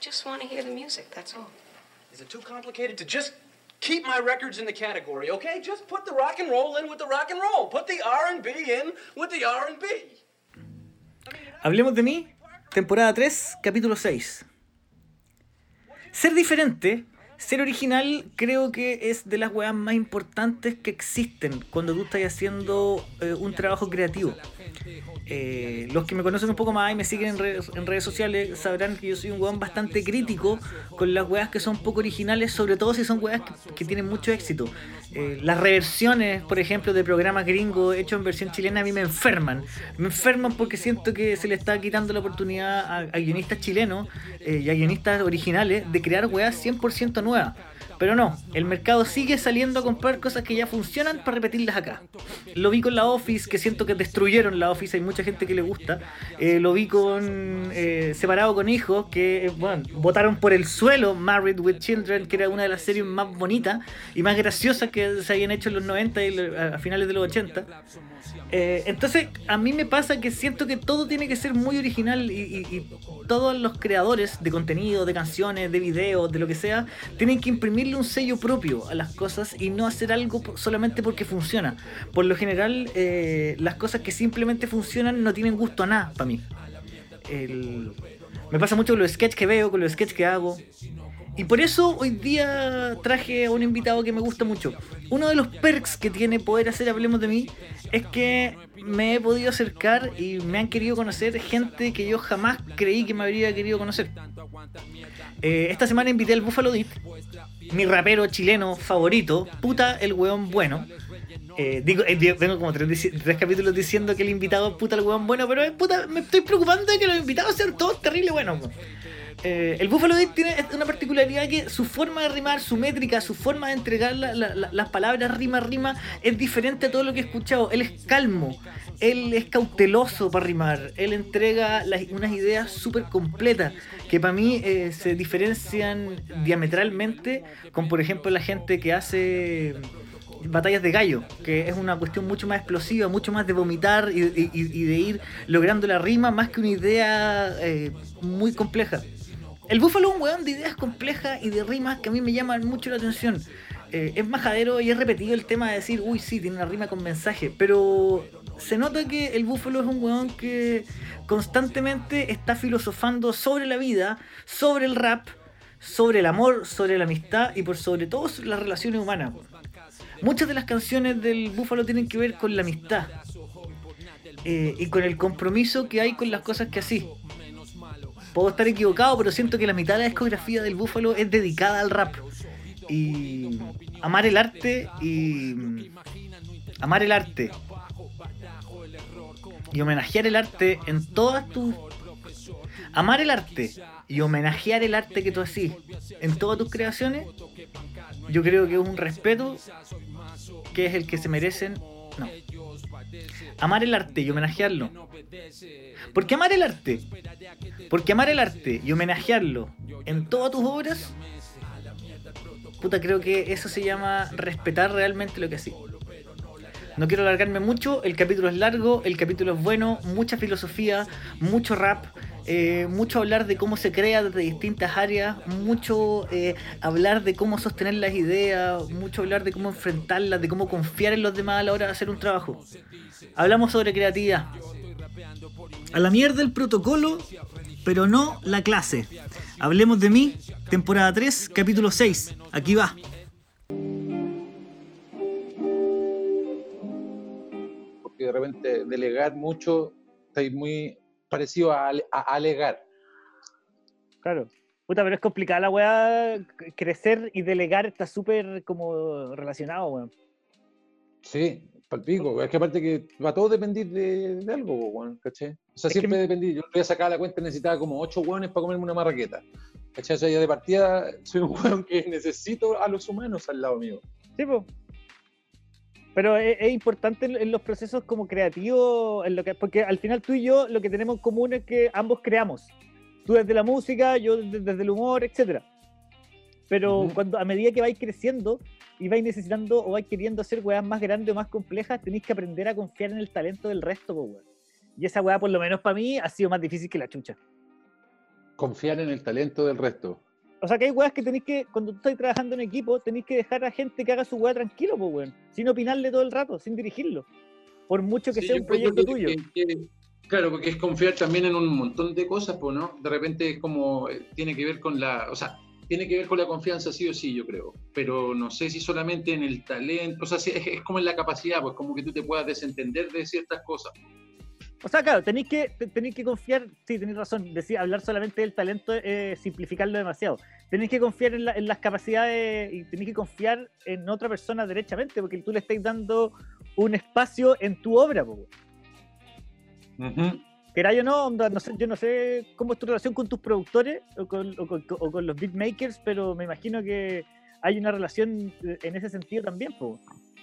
just want to hear the music, that's all. Is it too complicated to just keep my records in the category, okay? Just put the rock and roll in with the rock and roll. Put the R&B in with the R&B. Hablemos de mí, temporada 3, capítulo 6. Ser diferente, ser original, creo que es de las weas más importantes que existen cuando tú estás haciendo un trabajo creativo. Los que me conocen un poco más y me siguen en redes sociales sabrán que yo soy un weón bastante crítico con las weas que son poco originales, sobre todo si son weas que tienen mucho éxito. Las reversiones, por ejemplo, de programas gringos hechos en versión chilena a mí me enferman porque siento que se le está quitando la oportunidad a guionistas chilenos y a guionistas originales de crear weas 100% nuevas. Pero no, el mercado sigue saliendo a comprar cosas que ya funcionan para repetirlas acá. Lo vi con la Office, que siento que destruyeron la Office, hay mucha gente que le gusta. Lo vi con Separado con Hijos, que bueno, botaron por el suelo Married with Children, que era una de las series más bonitas y más graciosas que se habían hecho en los 90 y a finales de los 80. Entonces a mí me pasa que siento que todo tiene que ser muy original y todos los creadores de contenido, de canciones, de videos, de lo que sea, tienen que imprimirle un sello propio a las cosas y no hacer algo solamente porque funciona. Por lo general las cosas que simplemente funcionan no tienen gusto a nada para mí. Me pasa mucho con los sketches que veo, con los sketches que hago. Y por eso hoy día traje a un invitado que me gusta mucho. Uno de los perks que tiene poder hacer Hablemos de Mí es que me he podido acercar y me han querido conocer gente que yo jamás creí que me habría querido conocer. Esta semana invité al Buffalo Dit, mi rapero chileno favorito, puta el weón bueno. Vengo como tres capítulos diciendo que el invitado es puta el weón bueno, pero puta, me estoy preocupando de que los invitados sean todos terribles buenos. El Buffalo Dit tiene una particularidad que su forma de rimar, su métrica, su forma de entregar las palabras rima a rima es diferente a todo lo que he escuchado. Él es calmo, él es cauteloso para rimar, él entrega unas ideas súper completas que para mí se diferencian diametralmente con, por ejemplo, la gente que hace batallas de gallo, que es una cuestión mucho más explosiva, mucho más de vomitar y de ir logrando la rima más que una idea muy compleja. El Búfalo es un weón de ideas complejas y de rimas que a mí me llaman mucho la atención. Es majadero y es repetido el tema de decir, uy, sí, tiene una rima con mensaje, pero se nota que el Búfalo es un weón que constantemente está filosofando sobre la vida, sobre el rap, sobre el amor, sobre la amistad y por sobre todo sobre las relaciones humanas. Muchas de las canciones del Búfalo tienen que ver con la amistad y con el compromiso que hay con las cosas que así. Puedo estar equivocado, pero siento que la mitad de la discografía del Búfalo es dedicada al rap. Y amar el arte y homenajear el arte en todas tus... Amar el arte y homenajear el arte que tú haces en todas tus creaciones, yo creo que es un respeto que es el que se merecen. No. Amar el arte y homenajearlo. ¿Por qué amar el arte? Porque amar el arte y homenajearlo en todas tus obras, puta, creo que eso se llama respetar realmente lo que haces. No quiero alargarme mucho, el capítulo es largo, el capítulo es bueno, mucha filosofía, mucho rap, mucho hablar de cómo se crea desde distintas áreas, mucho hablar de cómo sostener las ideas, mucho hablar de cómo enfrentarlas, de cómo confiar en los demás a la hora de hacer un trabajo. Hablamos sobre creatividad. A la mierda el protocolo, pero no la clase. Hablemos de Mí, temporada 3, capítulo 6. Aquí va. Porque de repente delegar mucho está muy parecido a alegar. Claro. Puta, pero es complicada la weá. Crecer y delegar está súper como relacionado, weón. Sí, palpico. Es que aparte que va a todo depender de algo, weón, ¿cachai? O sea, siempre dependí. Yo voy a sacar la cuenta, necesitaba como 8 hueones para comerme una marraqueta. ¿Cachai? O sea, ya de partida soy un hueón que necesito a los humanos al lado mío. Sí, pues. Pero es importante en los procesos como creativos, porque al final tú y yo lo que tenemos en común es que ambos creamos. Tú desde la música, yo desde el humor, etc. Pero cuando a medida que vais creciendo y vais necesitando o vais queriendo hacer weas más grandes o más complejas, tenéis que aprender a confiar en el talento del resto, pues, weón. Y esa wea, por lo menos para mí, ha sido más difícil que la chucha. confiar en el talento del resto. O sea, que hay weas que tenéis que, cuando tú estás trabajando en equipo, tenéis que dejar a gente que haga su wea tranquilo, pues, weón. Sin opinarle todo el rato, sin dirigirlo. Por mucho que Sí, sea yo un creo proyecto tuyo. claro, porque es confiar también en un montón de cosas, pues, ¿no? De repente es como, tiene que ver con o sea, tiene que ver con la confianza sí o sí, yo creo. Pero no sé si solamente en el talento, o sea, es como en la capacidad, pues como que tú te puedas desentender de ciertas cosas. O sea, claro, tenéis que confiar, sí, tenéis razón, hablar solamente del talento es simplificarlo demasiado. Tenéis que confiar en las capacidades y tenéis que confiar en otra persona derechamente, porque tú le estáis dando un espacio en tu obra, po. Queráis o no, onda, no sé, yo no sé cómo es tu relación con tus productores o con los beatmakers, pero me imagino que hay una relación en ese sentido también, po.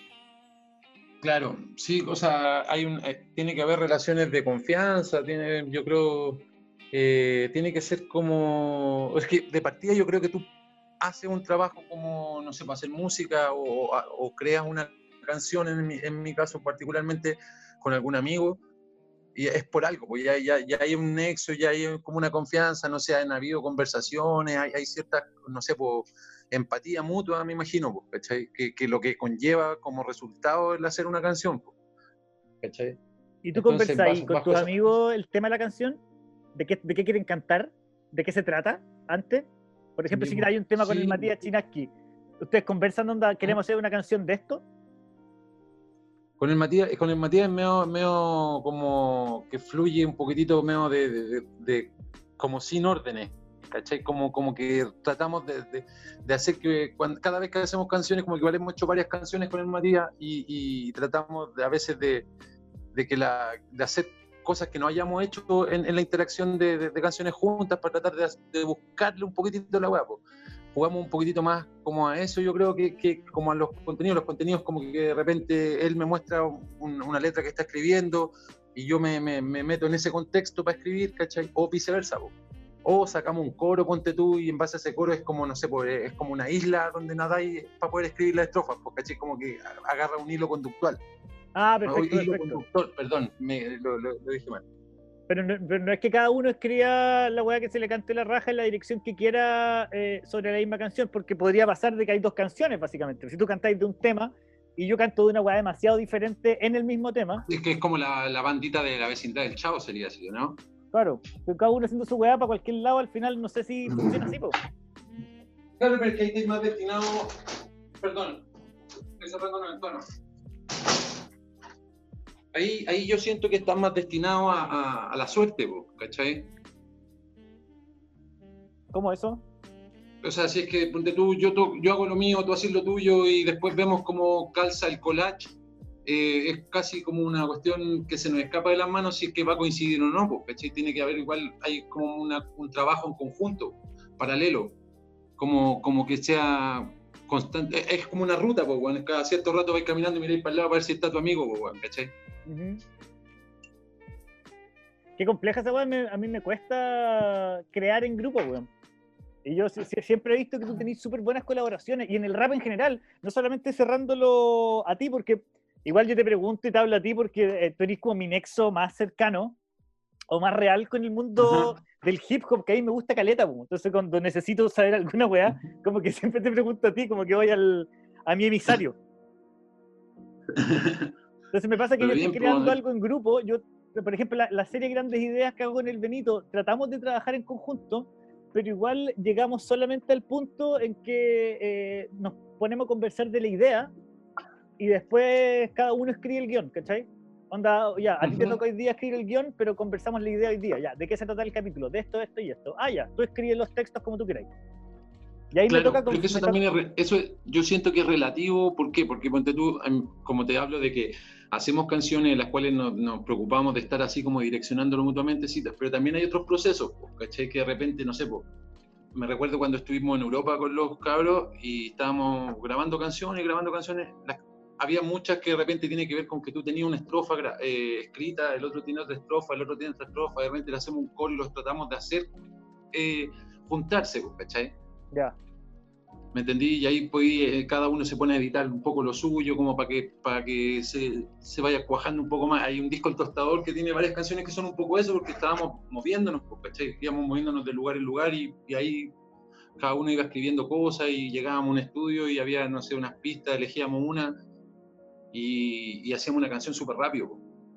Claro, sí, o sea, tiene que haber relaciones de confianza, yo creo, tiene que ser como, es que de partida yo creo que tú haces un trabajo como, no sé, para hacer música o creas una canción, en mi caso particularmente, con algún amigo, y es por algo, pues ya hay un nexo, ya hay como una confianza, no sé, han habido conversaciones, hay ciertas, no sé, pues, empatía mutua, me imagino, pues, ¿cachai? Que lo que conlleva como resultado el hacer una canción, pues, ¿cachai? ¿Y tú Entonces, conversas ahí con tus esa- amigos el tema de la canción? ¿De qué quieren cantar? ¿De qué se trata antes? Por ejemplo, si hay un tema con el Sí, Matías Chinaski, ¿ustedes conversan onda, queremos hacer una canción de esto? con el Matías es medio como que fluye un poquitito medio de como sin órdenes, ¿cachai? Como que tratamos de hacer que cada vez que hacemos canciones, como que igual hemos hecho varias canciones con el Matías y tratamos a veces de hacer cosas que no hayamos hecho en la interacción de canciones juntas para tratar de buscarle un poquitito la hueá, po. Jugamos un poquitito más como a eso, yo creo que como a los contenidos como que de repente él me muestra una letra que está escribiendo y yo me meto en ese contexto para escribir, ¿cachai? O viceversa, po. O sacamos un coro, ponte tú, y en base a ese coro es como, no sé, pues, es como una isla donde nadáis para poder escribir las estrofas, pues, ¿cachai? Como que agarra un hilo conductual. Ah, No, perfecto, hilo perfecto. conductor, perdón, lo dije mal. Pero no es que cada uno escriba la weá que se le cante la raja en la dirección que quiera sobre la misma canción, porque podría pasar de que hay dos canciones, básicamente. Si tú cantáis de un tema y yo canto de una weá demasiado diferente en el mismo tema, Es que es como la bandita de la vecindad del Chavo, sería así, ¿no? claro, que cada uno haciendo su weá para cualquier lado, al final no sé si funciona así, po. Claro, pero es que ahí estáis más destinado. Perdón, estoy cerrando la ventana. Ahí yo siento que estás más destinado a la suerte, po, ¿cachai? ¿Cómo eso? O sea, si es que ponte tú, yo hago lo mío, tú haces lo tuyo y después vemos cómo calza el collage, es casi como una cuestión que se nos escapa de las manos si es que va a coincidir o no, pues, ¿cachai? Tiene que haber igual, hay como un trabajo en conjunto, paralelo, como que sea constante, es como una ruta, pues, bueno, cada cierto rato vais caminando y miráis para el lado para ver si está tu amigo, pues, bueno, ¿cachai? Qué compleja esa weá, a mí me cuesta crear en grupo, weón. Y yo siempre he visto que tú tenés súper buenas colaboraciones, y en el rap en general, no solamente cerrándolo a ti, porque igual yo te pregunto y te hablo a ti porque tú eres como mi nexo más cercano o más real con el mundo del hip hop, que a mí me gusta caleta, po. Entonces cuando necesito saber alguna weá, como que siempre te pregunto a ti, como que voy a mi emisario. Entonces me pasa que Pero yo bien, estoy creando pues, algo en grupo, por ejemplo, la serie Grandes Ideas que hago con el Benito, tratamos de trabajar en conjunto, pero igual llegamos solamente al punto en que nos ponemos a conversar de la idea y después cada uno escribe el guión, ¿cachai? Onda, ya, a ti te toca hoy día escribir el guión, pero conversamos la idea hoy día, ya, ¿de qué se trata el capítulo? De esto, esto y esto. Ah, ya, tú escribes los textos como tú queráis. Y ahí claro, me toca... pero es que eso también yo siento que es relativo. ¿Por qué? Porque ponte tú, como te hablo de que hacemos canciones en las cuales nos preocupamos de estar así como direccionándolo mutuamente, sí, pero también hay otros procesos, ¿cachai? Que de repente, no sé, me recuerdo cuando estuvimos en Europa con los cabros y estábamos grabando canciones, había muchas que de repente tiene que ver con que tú tenías una estrofa escrita, el otro tiene otra estrofa, el otro tiene otra estrofa, de repente le hacemos un coro y los tratamos de hacer juntarse, ¿cachai? Ya. ¿Me entendí? Y ahí pues, cada uno se pone a editar un poco lo suyo, como para que se vaya cuajando un poco más. Hay un disco El Tostador que tiene varias canciones que son un poco eso, porque estábamos moviéndonos, ¿cachai? Íbamos moviéndonos de lugar en lugar y ahí cada uno iba escribiendo cosas y llegábamos a un estudio y había, no sé, unas pistas, elegíamos una y hacíamos una canción súper rápido.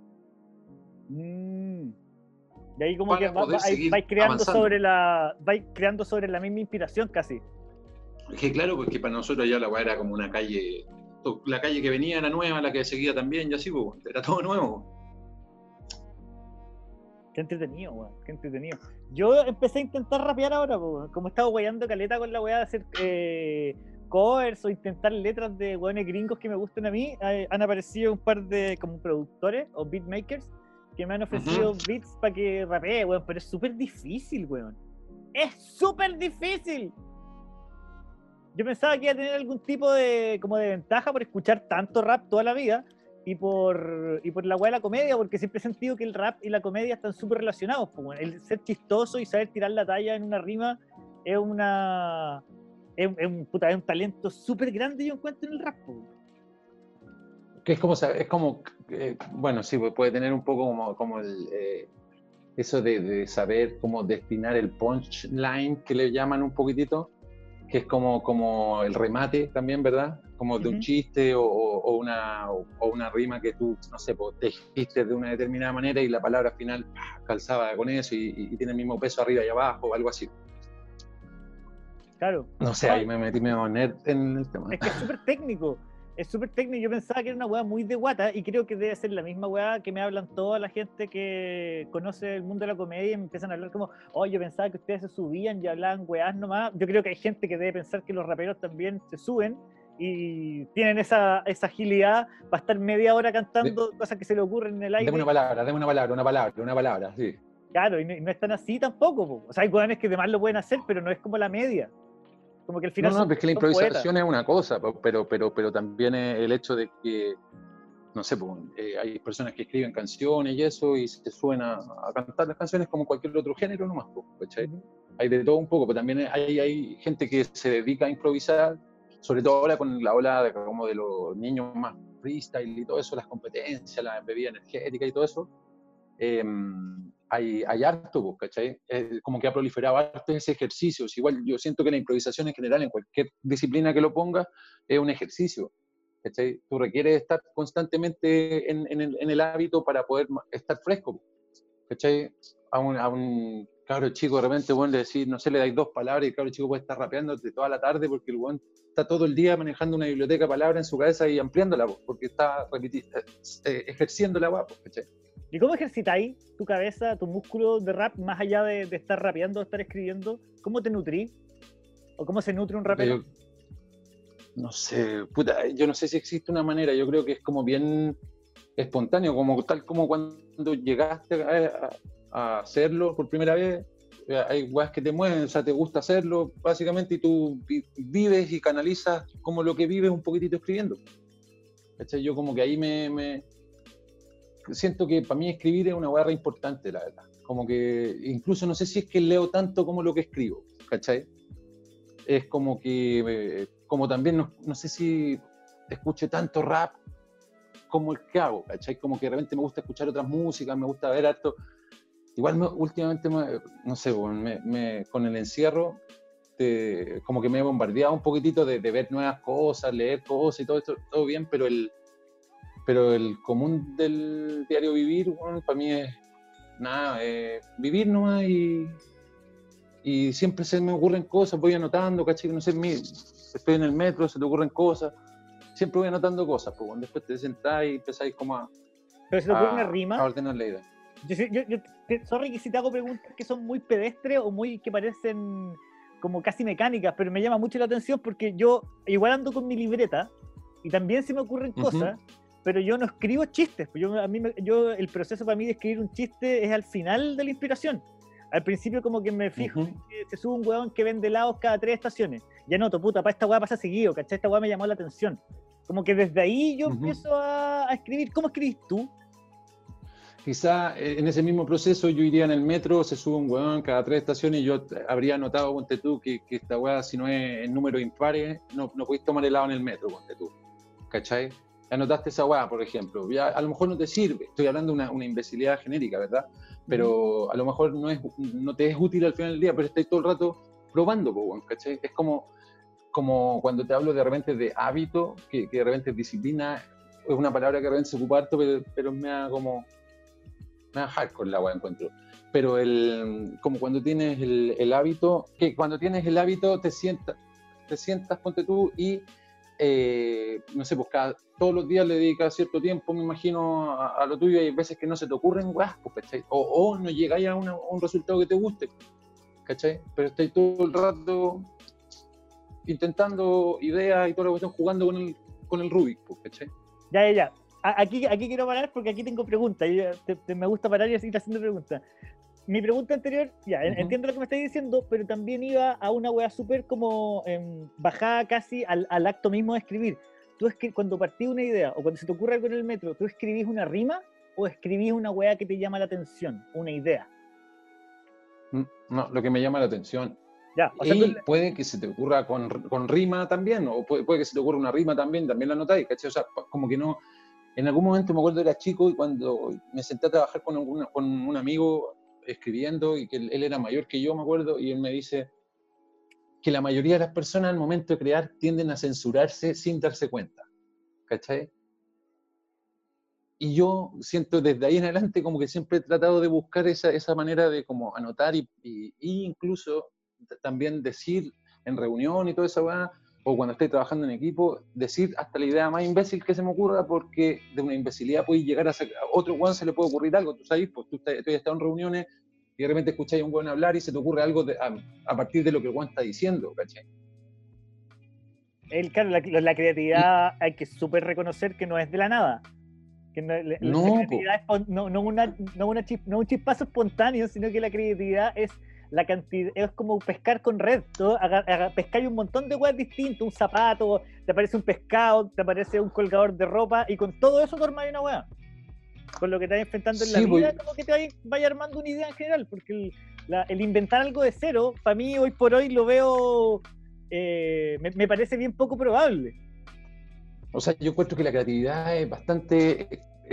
Y ahí como Para que poder seguir vais creando avanzando. vais creando sobre la misma inspiración casi. Es que claro, porque para nosotros ya la weá era como una calle, la calle que venía era nueva, la que seguía también, y así, pues, era todo nuevo. Qué entretenido, weón, qué entretenido. Yo empecé a intentar rapear ahora, weón. Como he estado weyando caleta con la weá de hacer covers o intentar letras de weones gringos que me gusten a mí, han aparecido un par de como productores o beatmakers que me han ofrecido beats para que rapee, weón, pero es súper difícil, weón. ¡Es súper difícil! Yo pensaba que iba a tener algún tipo de ventaja por escuchar tanto rap toda la vida y por la weá de la comedia, porque siempre he sentido que el rap y la comedia están súper relacionados. Pues, bueno, el ser chistoso y saber tirar la talla en una rima es un talento súper grande, yo encuentro, en el rap. Pues. Que es como bueno, sí, puede tener un poco como eso de saber cómo destinar el punchline, que le llaman un poquitito, que es como el remate también, ¿verdad? Como de un chiste o una rima que tú, no sé, pues, te dijiste de una determinada manera y la palabra final calzaba con eso y tiene el mismo peso arriba y abajo o algo así. Claro. No sé, ahí me metí medio nerd en el tema. Es que es súper técnico. Es súper técnico. Yo pensaba que era una weá muy de guata y creo que debe ser la misma weá que me hablan toda la gente que conoce el mundo de la comedia y me empiezan a hablar como, oh, yo pensaba que ustedes se subían y hablaban weás nomás. Yo creo que hay gente que debe pensar que los raperos también se suben y tienen esa agilidad para estar media hora cantando cosas que se le ocurren en el aire. Deme una palabra, sí. Claro, y no es tan así tampoco, po. O sea, hay weones que además lo pueden hacer, pero no es como la media. Como que al final No, es que la improvisación poetas. es una cosa, pero también es el hecho de que, no sé, pues, hay personas que escriben canciones y eso, y se suben a cantar las canciones como cualquier otro género nomás, ¿cachai? Hay de todo un poco, pero también hay gente que se dedica a improvisar, sobre todo ahora con la ola como de los niños más freestyle y todo eso, las competencias, la bebida energética y todo eso. Hay harto, ¿cachai? Como que ha proliferado harto ese ejercicio. Igual yo siento que la improvisación en general, en cualquier disciplina que lo ponga, es un ejercicio, ¿cachai? Tú requieres estar constantemente en el hábito para poder estar fresco, ¿cachai? A un cabro chico de repente, bueno, le decís, no sé, le dais 2 palabras y el cabro chico puede estar rapeando de toda la tarde porque el buen está todo el día manejando una biblioteca de palabras en su cabeza y ampliándola, porque está ejerciendo la guapa, ¿cachai? ¿Y cómo ejercitáis tu cabeza, tu músculo de rap, más allá de estar rapeando, de estar escribiendo? ¿Cómo te nutrís? ¿O cómo se nutre un rapero? No sé, puta, yo no sé si existe una manera, yo creo que es como bien espontáneo, tal como cuando llegaste a hacerlo por primera vez, hay weas que te mueven, o sea, te gusta hacerlo, básicamente, y tú vives y canalizas como lo que vives un poquitito escribiendo. ¿Cachai? Yo como que ahí me siento que para mí escribir es una hueá re importante, la verdad. Como que incluso no sé si es que leo tanto como lo que escribo, ¿cachai? Es como que, como también no sé si escucho tanto rap como el que hago, ¿cachai? Como que de repente me gusta escuchar otras músicas, me gusta ver harto. Igual últimamente, no sé, con el encierro, como que me he bombardeado un poquitito de ver nuevas cosas, leer cosas y todo esto, todo bien, pero el común del diario vivir, bueno, para mí es nada, vivir nomás y siempre se me ocurren cosas, voy anotando, ¿cachai? No sé, estoy en el metro, se te ocurren cosas, siempre voy anotando cosas, pues después te sentás y empezáis como a... ¿Pero se te ocurre una rima? A ordenar la idea. Sorry que si te hago preguntas que son muy pedestres o muy que parecen como casi mecánicas, pero me llama mucho la atención porque yo igual ando con mi libreta y también se me ocurren cosas, pero yo no escribo chistes. El proceso para mí de escribir un chiste es al final de la inspiración. Al principio como que me fijo que se sube un huevón que vende helados cada 3 estaciones. Ya noto, puta, para esta hueá pasa seguido, ¿cachai? Esta hueá me llamó la atención. Como que desde ahí yo empiezo a escribir. ¿Cómo escribís tú? quizá en ese mismo proceso yo iría en el metro, se sube un weón cada 3 estaciones y yo habría notado, ponte tú, que esta weá, si no es en números impares, no podéis tomar helado en el metro, ponte tú. ¿Cachai? Anotaste esa weá, por ejemplo. Ya, a lo mejor no te sirve, estoy hablando de una imbecilidad genérica, ¿verdad? Pero a lo mejor no te es útil al final del día, pero estás todo el rato probando, po, weón, ¿cachai? Es como cuando te hablo de repente de hábito, que de repente disciplina, es una palabra que de repente se ocupa harto, pero me da hardcore la weá, encuentro. Pero como cuando tienes el hábito, que cuando tienes el hábito te sientas, ponte tú, y no sé, pues todos los días le dedicas cierto tiempo, me imagino, a lo tuyo, y hay veces que no se te ocurren weas, pues, ¿cachai? O no llegáis a un resultado que te guste, ¿cachai? Pero estáis todo el rato intentando ideas y toda la cuestión, jugando con el Rubik, pues, ¿cachai? Ya. Aquí quiero parar porque aquí tengo preguntas. Me gusta parar y seguir haciendo preguntas. Mi pregunta anterior, entiendo lo que me estáis diciendo, pero también iba a una wea súper como bajada casi al acto mismo de escribir. Cuando partís una idea o cuando se te ocurre algo en el metro, ¿tú escribís una rima o escribís una wea que te llama la atención, una idea? No, lo que me llama la atención. Ya, o sea, y puede que se te ocurra con rima también, o puede que se te ocurra una rima también la anotáis, ¿cachai? O sea, como que no. En algún momento me acuerdo era chico y cuando me senté a trabajar con un amigo escribiendo, y que él era mayor que yo, me acuerdo, y él me dice que la mayoría de las personas al momento de crear tienden a censurarse sin darse cuenta, ¿cachai? Y yo siento desde ahí en adelante como que siempre he tratado de buscar esa manera de como anotar y incluso también decir en reunión y toda esa weá, o cuando estoy trabajando en equipo, decir hasta la idea más imbécil que se me ocurra, porque de una imbecilidad puede llegar a otro weón, se le puede ocurrir algo, tú sabes, pues tú has estado en reuniones y de repente escucháis a un weón hablar y se te ocurre algo a partir de lo que el weón está diciendo, ¿cachai? Claro, la creatividad hay que súper reconocer que no es de la nada. Que la creatividad no un chispazo espontáneo, sino que la creatividad es la cantidad, es como pescar con red, pescar un montón de weas distintas, un zapato, te aparece un pescado, te aparece un colgador de ropa, y con todo eso tú armas una wea. Con lo que te vas enfrentando en la vida, como que te vaya armando una idea en general, porque el inventar algo de cero, para mí hoy por hoy lo veo, me parece bien poco probable. O sea, yo encuentro que la creatividad es bastante,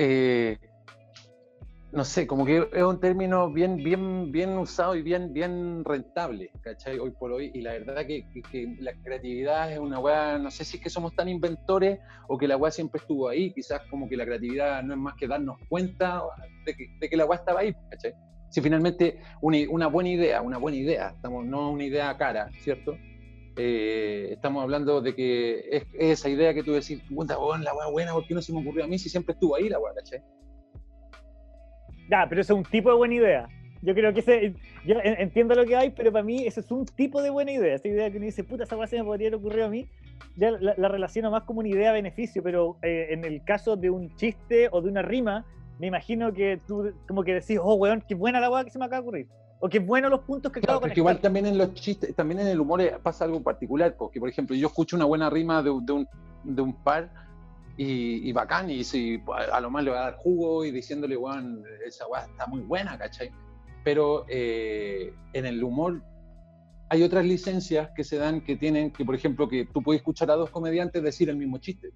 no sé, como que es un término bien usado y bien rentable, ¿cachai? Hoy por hoy, y la verdad que la creatividad es una weá, no sé si es que somos tan inventores o que la weá siempre estuvo ahí, quizás como que la creatividad no es más que darnos cuenta de que la weá estaba ahí, ¿cachai? Si finalmente una buena idea, no una idea cara, ¿cierto? Estamos hablando de que es esa idea que tú decís, puta, la weá buena, ¿por qué no se me ocurrió a mí si siempre estuvo ahí la weá, ¿cachai? Ya, pero eso es un tipo de buena idea. Yo creo que yo entiendo lo que hay, pero para mí eso es un tipo de buena idea. Esa idea que uno dice, puta, esa weá se me podría haber ocurrido a mí, ya la relaciono más como una idea-beneficio, pero en el caso de un chiste o de una rima, me imagino que tú como que decís, oh, weón, qué buena la weá que se me acaba de ocurrir. O qué buenos los puntos que acabo de conectar. Igual también en los chistes, también en el humor pasa algo particular, porque por ejemplo yo escucho una buena rima de un par y bacán, y si a lo más le va a dar jugo y diciéndole, weón, esa weá está muy buena, ¿cachai? Pero en el humor hay otras licencias que se dan que tienen, que por ejemplo, que tú puedes escuchar a dos comediantes decir el mismo chiste.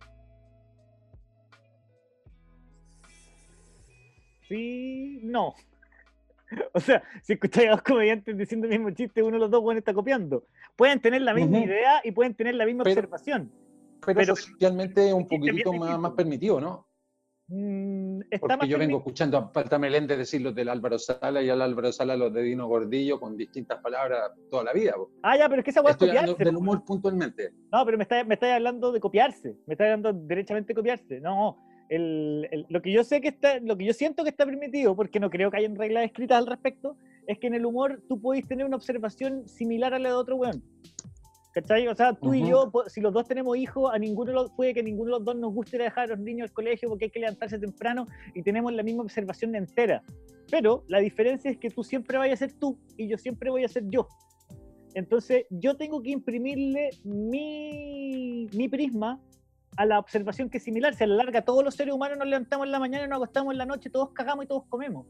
Sí, no. O sea, si escucháis a dos comediantes diciendo el mismo chiste, uno de los dos bueno está copiando. Pueden tener la misma idea y pueden tener la misma observación. Pero socialmente es un poquitito más permitido, ¿no? Porque yo vengo escuchando a Palta Meléndez decir los del Álvaro Sala y al Álvaro Sala los de Dino Gordillo con distintas palabras toda la vida. Ah, ya, pero es que esa hueá es copiarse. Estoy hablando del humor puntualmente. No, pero me estáis hablando de copiarse. Me estáis hablando derechamente de copiarse. No, lo que yo siento que está permitido, porque no creo que hayan reglas escritas al respecto, es que en el humor tú podéis tener una observación similar a la de otro weón. ¿Cachai? O sea, tú y yo, si los dos tenemos hijos, puede que a ninguno de los dos nos guste ir a dejar a los niños al colegio porque hay que levantarse temprano y tenemos la misma observación entera. Pero la diferencia es que tú siempre vayas a ser tú y yo siempre voy a ser yo. Entonces, yo tengo que imprimirle mi prisma a la observación que es similar. Si a la larga todos los seres humanos nos levantamos en la mañana, nos acostamos en la noche, todos cagamos y todos comemos.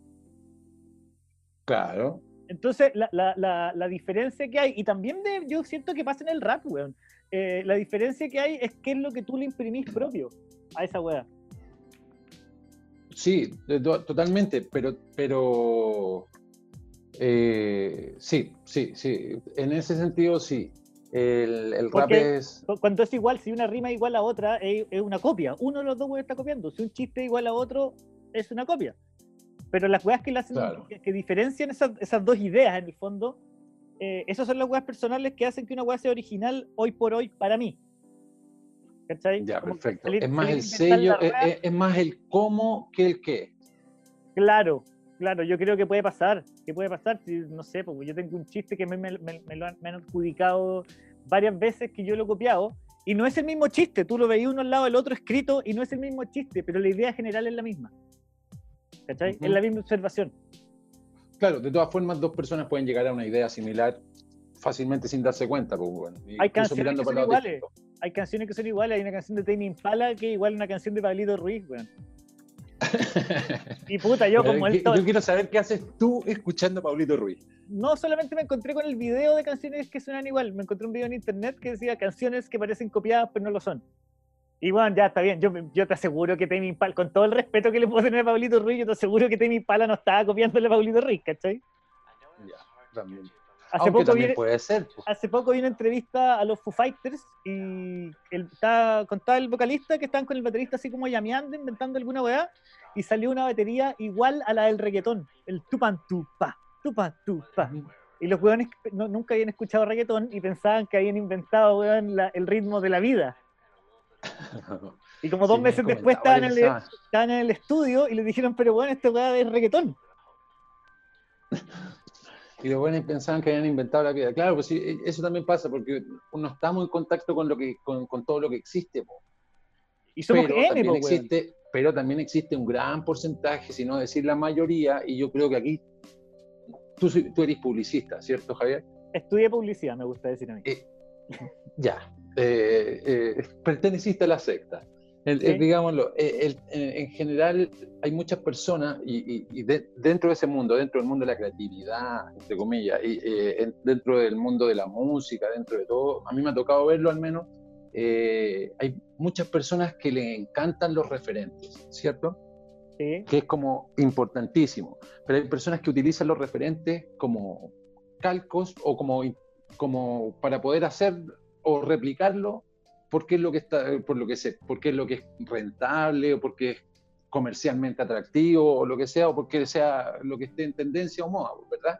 Claro. Entonces, la diferencia que hay, y también yo siento que pasa en el rap, weón, la diferencia que hay es qué es lo que tú le imprimís propio a esa weá. Sí, totalmente, pero sí, en ese sentido sí. El rap Porque es... cuando es igual, si una rima es igual a otra, es una copia. Uno de los dos está copiando. Si un chiste es igual a otro, es una copia. Pero las weas que le hacen, Claro. que diferencian esas dos ideas, en el fondo, esas son las weas personales que hacen que una wea sea original hoy por hoy para mí. ¿Cachai? Ya, Como perfecto. salir- Es más salir el a inventar sello, la wea. es más el cómo que el qué. Claro, yo creo que puede pasar, si, no sé, porque yo tengo un chiste que me han adjudicado varias veces que yo lo he copiado, y no es el mismo chiste, tú lo veías uno al lado del otro escrito, y no es el mismo chiste, pero la idea general es la misma, ¿cachai? Ujú. Es la misma observación. Claro, de todas formas, dos personas pueden llegar a una idea similar fácilmente sin darse cuenta. Pues, bueno, Hay incluso canciones mirando que para son lados iguales, distintos. hay canciones que son iguales, hay una canción de Tame Impala que es igual a una canción de Pablito Ruiz, weón. Y puta, yo como él Yo quiero saber qué haces tú escuchando a Pablito Ruiz. no solamente me encontré con el video de canciones que suenan igual, me encontré un video en internet que decía canciones que parecen copiadas pero no lo son. Y bueno, ya está bien, yo te aseguro que Tame Impala, con todo el respeto que le puedo tener a Pablito Ruiz, yo te aseguro que Tame Impala no estaba copiándole a Pablito Ruiz, ¿cachai? Ya, también. Hace Aunque poco, también puede ser. Pues. hace poco vi una entrevista a los Foo Fighters y contaba el vocalista que estaban con el baterista así como llameando, inventando alguna weá, y salió una batería igual a la del reggaetón, el tupan tupa, tupan tupa. Y los weones nunca habían escuchado reggaetón y pensaban que habían inventado, weón, el ritmo de la vida. Y como dos Sí, me has meses después comentado estaban en el estudio y les dijeron, pero bueno, esta weá es reggaetón. Y los buenos pensaban que habían inventado la vida. Claro, pues sí, eso también pasa porque no estamos en contacto con todo lo que existe. Po. Y somos Pero N, también po, weón. pero también existe un gran porcentaje, si no decir la mayoría, y yo creo que aquí tú eres publicista, ¿cierto, Javier? Estudié publicidad, me gusta decir a mí. Ya. Perteneciste a la secta. Sí. Digámoslo, en general hay muchas personas dentro de ese mundo, dentro del mundo de la creatividad, entre comillas, dentro del mundo de la música, dentro de todo, a mí me ha tocado verlo al menos, hay muchas personas que le encantan los referentes, ¿cierto? Sí. Que es como importantísimo, pero hay personas que utilizan los referentes como calcos o como para poder hacer o replicarlo porque es lo que está, porque es lo que es rentable o porque es comercialmente atractivo o lo que sea, o porque sea lo que esté en tendencia o moda, ¿verdad?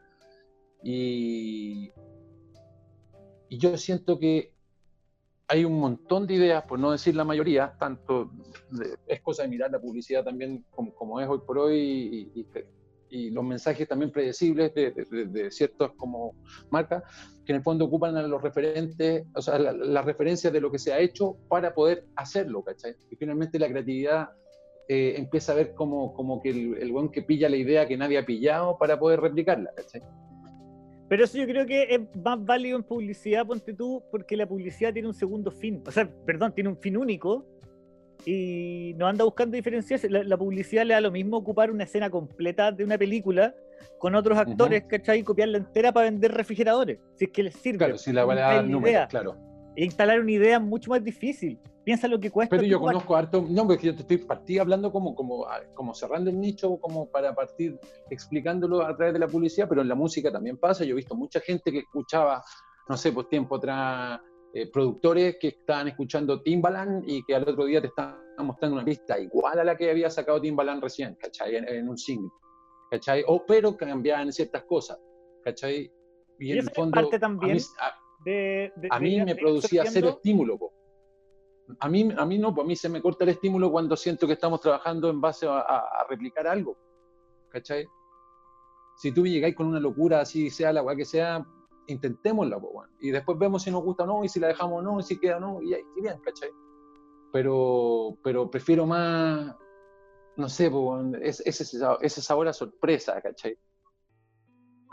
Y yo siento que hay un montón de ideas, por no decir la mayoría, es cosa de mirar la publicidad también como es hoy por hoy y los mensajes también predecibles de ciertas como marcas, que en el fondo ocupan a los referentes, o sea, las referencias de lo que se ha hecho para poder hacerlo, ¿cachai? Y finalmente la creatividad empieza a ver como que el buen que pilla la idea que nadie ha pillado para poder replicarla, ¿cachai? Pero eso yo creo que es más válido en publicidad, ponte tú, porque la publicidad tiene un segundo fin, o sea, perdón, tiene un fin único y no anda buscando diferenciarse. La publicidad le da lo mismo ocupar una escena completa de una película con otros actores, ¿cachai? Y copiarla entera para vender refrigeradores, si es que les sirve. Claro, si la van a dar números, claro. E instalar una idea es mucho más difícil. Piensa lo que cuesta. Pero yo conozco harto, no, porque yo te partí hablando como cerrando el nicho, como para partir explicándolo a través de la publicidad, pero en la música también pasa. Yo he visto mucha gente que escuchaba, no sé, pues tiempo atrás, productores que estaban escuchando Timbaland y que al otro día te estaban mostrando una pista igual a la que había sacado Timbaland recién, ¿cachai? En un single, ¿cachai? Pero cambiaban ciertas cosas, ¿cachai? Y en el fondo, parte también a mí me producía cero estímulo, po. A mí no, pues a mí se me corta el estímulo cuando siento que estamos trabajando en base a replicar algo, ¿cachai? Si tú llegáis con una locura, así sea la weá que sea, intentémosla, pues, bueno. Y después vemos si nos gusta o no, y si la dejamos o no, y si queda o no, y bien, ¿cachai? Pero prefiero más, no sé, pues, ese sabor a sorpresa, ¿cachai?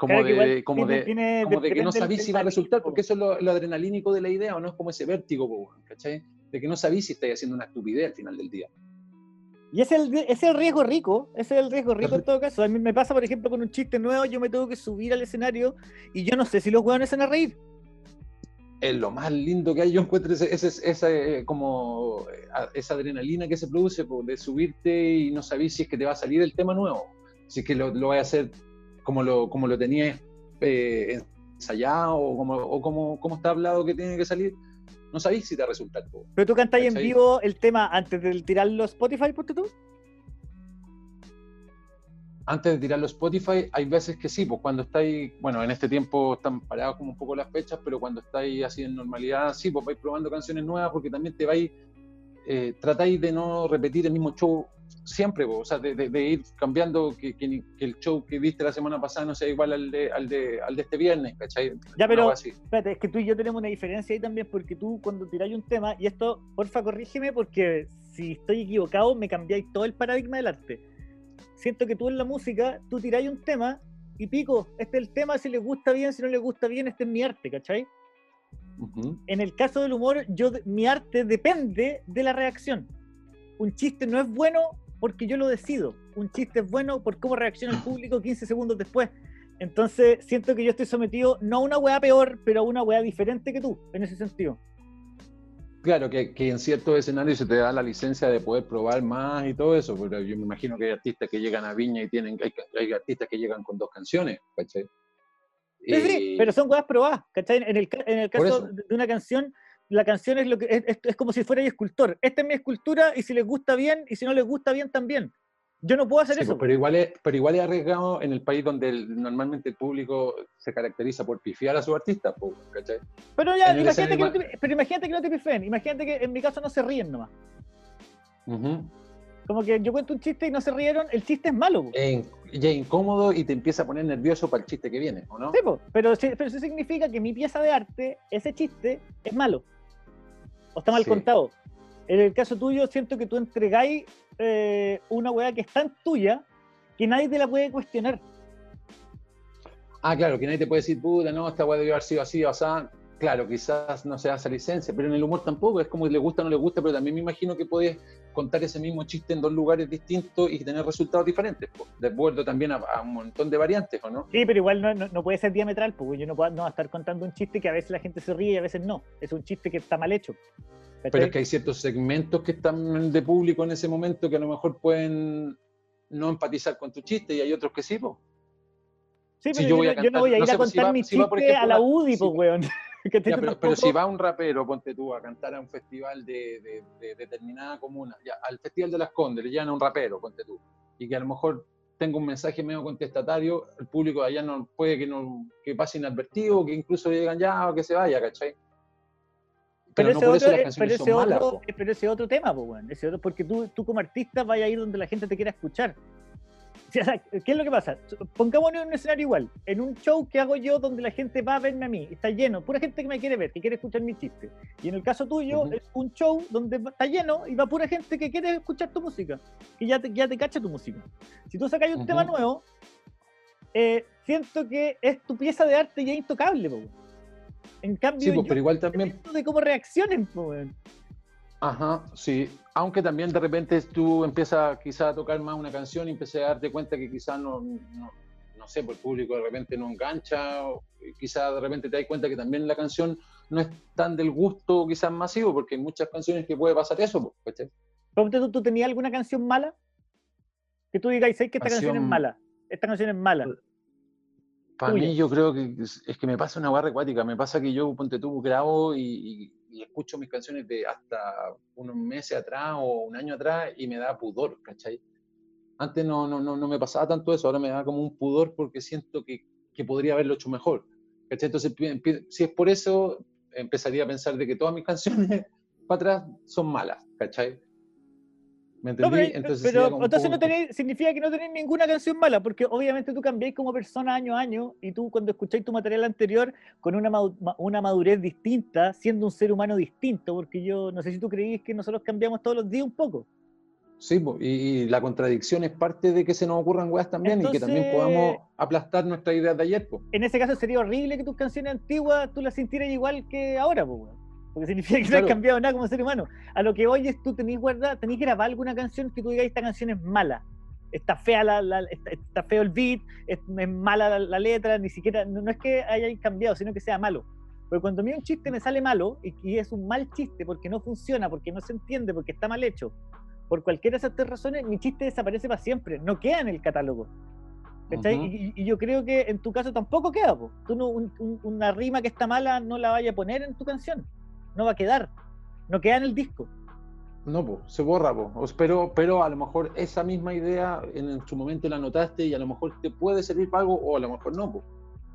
como Claro que igual de, como de, tiene- como de que no depende sabís del si va a resultar, ritmo. porque eso es lo adrenalínico de la idea, ¿o no? Es como ese vértigo, po, weón, ¿cachai? De que no sabís si estáis haciendo una estupidez al final del día. Y ese es el riesgo rico, ese es el riesgo rico en todo caso. A mí me pasa, por ejemplo, con un chiste nuevo, yo me tengo que subir al escenario y yo no sé si los hueones se van a reír. Es lo más lindo que hay, yo encuentro esa adrenalina que se produce po, de subirte y no sabís si es que te va a salir el tema nuevo, si es que lo vas a hacer como lo tenías ensayado o como está hablado que tiene que salir, no sabís si te va a resultar. Po, Pero tú cantáis en ¿cachai? vivo el tema antes de tirarlo a Spotify, ¿por tú? Antes de tirarlo a Spotify, hay veces que sí, pues cuando estáis, bueno, en este tiempo están parados como un poco las fechas, pero cuando estáis así en normalidad, sí, pues vais probando canciones nuevas porque también te vais, tratáis de no repetir el mismo show siempre, pues, o sea, de ir cambiando, que el show que viste la semana pasada no sea igual al de este viernes, ¿cachai? Ya, Una pero cosa así. espérate, es que tú y yo tenemos una diferencia ahí también, porque tú cuando tiráis un tema, y esto, porfa, corrígeme, porque si estoy equivocado, me cambiáis todo el paradigma del arte. Siento que tú en la música, tú tiráis un tema y pico, este es el tema, si les gusta bien, si no les gusta bien, este es mi arte, ¿cachai? Ujú. En el caso del humor, mi arte depende de la reacción. Un chiste no es bueno porque yo lo decido. Un chiste es bueno por cómo reacciona el público 15 segundos después. Entonces, siento que yo estoy sometido no a una weá peor, pero a una weá diferente que tú, en ese sentido. Claro, que en ciertos escenarios se te da la licencia de poder probar más y todo eso, pero yo me imagino que hay artistas que llegan a Viña y hay artistas que llegan con 2 canciones, ¿cachai? Sí, pero son weas probadas, ¿cachai? En el Por caso eso. de una canción, la canción es lo que es como si fuera escultor. Esta es mi escultura y si les gusta bien y si no les gusta bien también. Yo no puedo hacer Sí, eso. pues, pero igual es arriesgado en el país donde normalmente el público se caracteriza por pifiar a sus artistas, pues, ¿cachai? Pero ya, En el imagínate que, escenario pero imagínate que no te pifen, imagínate que en mi caso no se ríen nomás. Ujú. Como que yo cuento un chiste y no se rieron, el chiste es malo. Po. Ya es incómodo y te empieza a poner nervioso para el chiste que viene, ¿o no? Sí, po, pero eso significa que mi pieza de arte, ese chiste, es malo. O está mal Sí. contado. En el caso tuyo, siento que tú entregáis una weá que es tan tuya que nadie te la puede cuestionar. Ah, claro, que nadie te puede decir, puta, no, esta weá debió haber sido así o así. Claro, quizás no se da esa licencia, pero en el humor tampoco, es como le gusta o no le gusta, pero también me imagino que puedes contar ese mismo chiste en 2 lugares distintos y tener resultados diferentes, pues, de acuerdo también a un montón de variantes, ¿o no? Sí, pero igual no puede ser diametral, porque yo no puedo no estar contando un chiste que a veces la gente se ríe y a veces no. Es un chiste que está mal hecho. ¿Cachai? Pero es que hay ciertos segmentos que están de público en ese momento que a lo mejor pueden no empatizar con tu chiste y hay otros que sí, pues. Sí, Si pero yo voy a yo no cantar, voy a ir no a sé, pues, contar mi si va, chiste por ejemplo, a la UDI, pues, weón. Ya, pero si va un rapero, ponte tú, a cantar a un festival de determinada comuna, ya, al Festival de las Condes, le llevan a un rapero, ponte tú, y que a lo mejor tenga un mensaje medio contestatario, el público de allá no puede que pase inadvertido, que incluso le digan ya o que se vaya, ¿cachai? Pero no por eso las canciones son malas. Po. Pero ese otro tema, pues, weón. Ese otro, porque tú como artista vas a ir donde la gente te quiera escuchar. O sea, ¿qué es lo que pasa? Pongámonos en un escenario igual. En un show que hago yo donde la gente va a verme a mí, está lleno, pura gente que me quiere ver, que quiere escuchar mi chiste. Y en el caso tuyo, es un show donde está lleno y va pura gente que quiere escuchar tu música, que ya te cacha tu música. Si tú sacas un tema nuevo, siento que es tu pieza de arte ya intocable, po. En cambio, sí, pues, pero igual también de cómo reaccionen, po. Ajá, sí. Aunque también de repente tú empiezas quizás a tocar más una canción y empiezas a darte cuenta que quizás no sé, por el público de repente no engancha, o quizás de repente te das cuenta que también la canción no es tan del gusto quizás masivo, porque hay muchas canciones que puede pasar eso. ¿Cachai? ¿Tú tenías alguna canción mala? Que tú digas, sé que esta canción es mala. Esta canción es mala. Para mí yo creo que es que me pasa una barra acuática, me pasa que yo, ponte tú, grabo y escucho mis canciones de hasta unos meses atrás o un año atrás y me da pudor, ¿cachai? Antes no me pasaba tanto eso, ahora me da como un pudor porque siento que podría haberlo hecho mejor, ¿cachai? Entonces, si es por eso, empezaría a pensar de que todas mis canciones para atrás son malas, ¿cachai? ¿Me entendí? Entonces significa que no tenéis ninguna canción mala, porque obviamente tú cambiáis como persona año a año y tú cuando escucháis tu material anterior con una madurez distinta, siendo un ser humano distinto, porque yo no sé si tú creís que nosotros cambiamos todos los días un poco. Sí, po, y la contradicción es parte de que se nos ocurran weas también y que también Entonces, podamos aplastar nuestras ideas de ayer, po. en ese caso sería horrible que tus canciones antiguas tú las sintieras igual que ahora, pues, weón. Porque significa que no Claro. has cambiado nada como ser humano. A lo que hoy es tú tenés guardada, tenés grabada alguna canción que tú digas, esta canción es mala. Está fea está feo el beat, es mala la letra, ni siquiera, no es que hayan cambiado, sino que sea malo. Porque cuando a mí un chiste me sale malo, y es un mal chiste porque no funciona, porque no se entiende, porque está mal hecho, por cualquiera de esas tres razones, mi chiste desaparece para siempre, no queda en el catálogo. ¿Cachai? Ujú. Y yo creo que en tu caso tampoco queda, po. Tú no, una rima que está mala no la vayas a poner en tu canción, no va a quedar, no queda en el disco. No, pues, se borra, pues. Pero a lo mejor esa misma idea en su momento la notaste y a lo mejor te puede servir para algo o a lo mejor no, pues.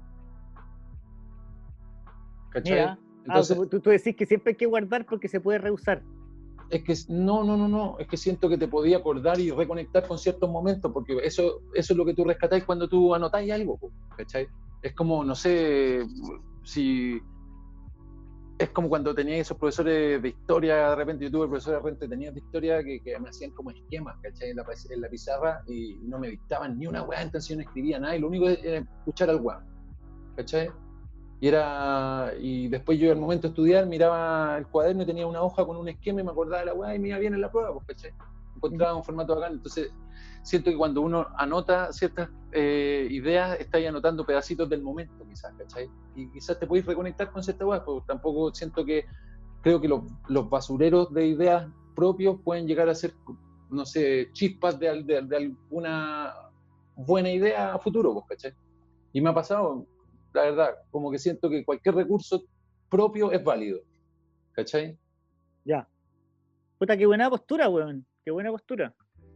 ¿Cachai? Mira, Entonces, tú decís que siempre hay que guardar porque se puede reusar. es que no, es que siento que te podía acordar y reconectar con ciertos momentos, porque eso es lo que tú rescatáis cuando tú anotáis algo, pues, ¿cachai? Es como, no sé, si... Es como cuando tenía esos profesores de historia, de repente yo tuve profesores re entretenidos de historia que me hacían como esquemas, ¿cachai? En la pizarra y no me dictaban ni una weá, entonces yo no escribía nada y lo único era escuchar al weón, ¿cachai? Y después yo al momento de estudiar miraba el cuaderno y tenía una hoja con un esquema y me acordaba de la weá y me iba bien en la prueba, pues, ¿cachai? Encontraba un formato bacán, entonces siento que cuando uno anota ciertas ideas, está ahí anotando pedacitos del momento, quizás, ¿cachai? Y quizás te podéis reconectar con cierta weá, porque tampoco siento que, creo que los basureros de ideas propios pueden llegar a ser, no sé, chispas de alguna buena idea a futuro, pues, ¿cachai? Y me ha pasado, la verdad, como que siento que cualquier recurso propio es válido, ¿cachai? Ya. Puta, qué buena postura, weón. Qué buena postura.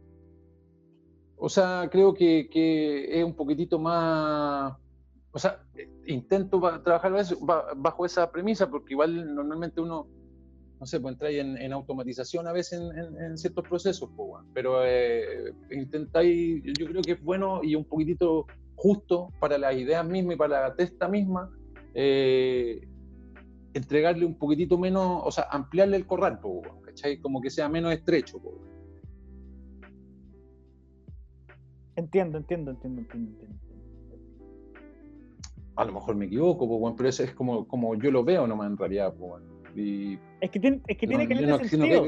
O sea, creo que es un poquitito más... O sea, intento trabajar bajo esa premisa, porque igual normalmente uno, no sé, pues entráis en automatización a veces en ciertos procesos, pues, bueno, pero intentáis, yo creo que es bueno y un poquitito justo para las ideas mismas y para la testa misma, entregarle un poquitito menos, o sea, ampliarle el corral, pues, bueno, ¿cachai? Como que sea menos estrecho, pues. Entiendo. A lo mejor me equivoco, pues, bueno, pero eso es como yo lo veo nomás en realidad, pues, bueno. Y Es que tiene que leer sentido.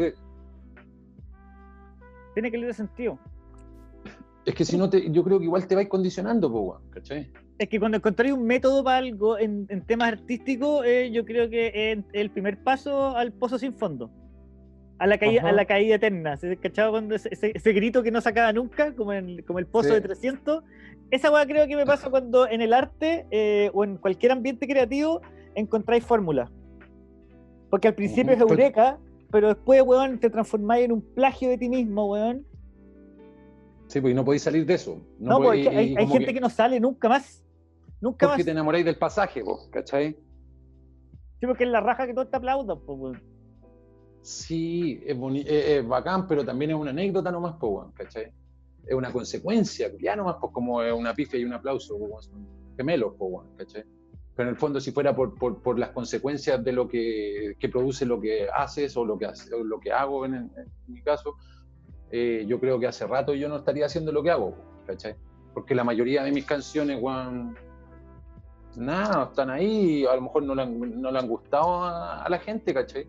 Tiene que leer sentido. Es que si no, yo creo que igual te vais condicionando, pues, bueno, ¿cachai? Es que cuando encontráis un método para algo en temas artísticos, yo creo que es el primer paso al pozo sin fondo. A la caída eterna. ¿Se cachaba cuando ese grito que no sacaba nunca, como el pozo Sí. de 300? Esa weá creo que me pasa cuando en el arte o en cualquier ambiente creativo encontráis fórmulas. Porque al principio es eureka, pero después, weón, te transformáis en un plagio de ti mismo, weón. Sí, pues y no podéis salir de eso. No, porque hay gente que no sale nunca más. Nunca porque más. te enamoráis del pasaje, pues, ¿cachai? Sí, porque es la raja que todos te aplaudan, pues, weón. Sí, es bacán, pero también es una anécdota nomás, pues, bueno, ¿cachai? Es una consecuencia, ya nomás, pues como es una pifia y un aplauso, pues, son gemelos, pues, bueno, ¿cachai? Pero en el fondo, si fuera por las consecuencias de lo que produce lo que haces o lo que hago en mi caso, yo creo que hace rato yo no estaría haciendo lo que hago, ¿cachai? Porque la mayoría de mis canciones, bueno, nada, están ahí, a lo mejor no le han gustado a la gente, ¿cachai?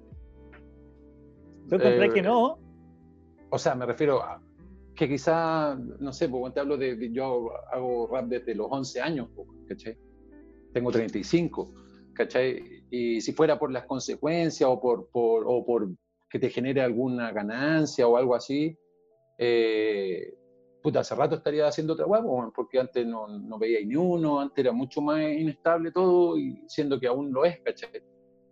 ¿Tú encontrás que no? O sea, me refiero a que quizá, no sé, porque te hablo yo hago rap desde los 11 años, ¿cachai? Tengo 35, ¿cachai? Y si fuera por las consecuencias o por que te genere alguna ganancia o algo así, puta, hace rato estaría haciendo otra huevo, porque antes no veía ni uno, antes era mucho más inestable todo, y siendo que aún lo es, ¿cachai?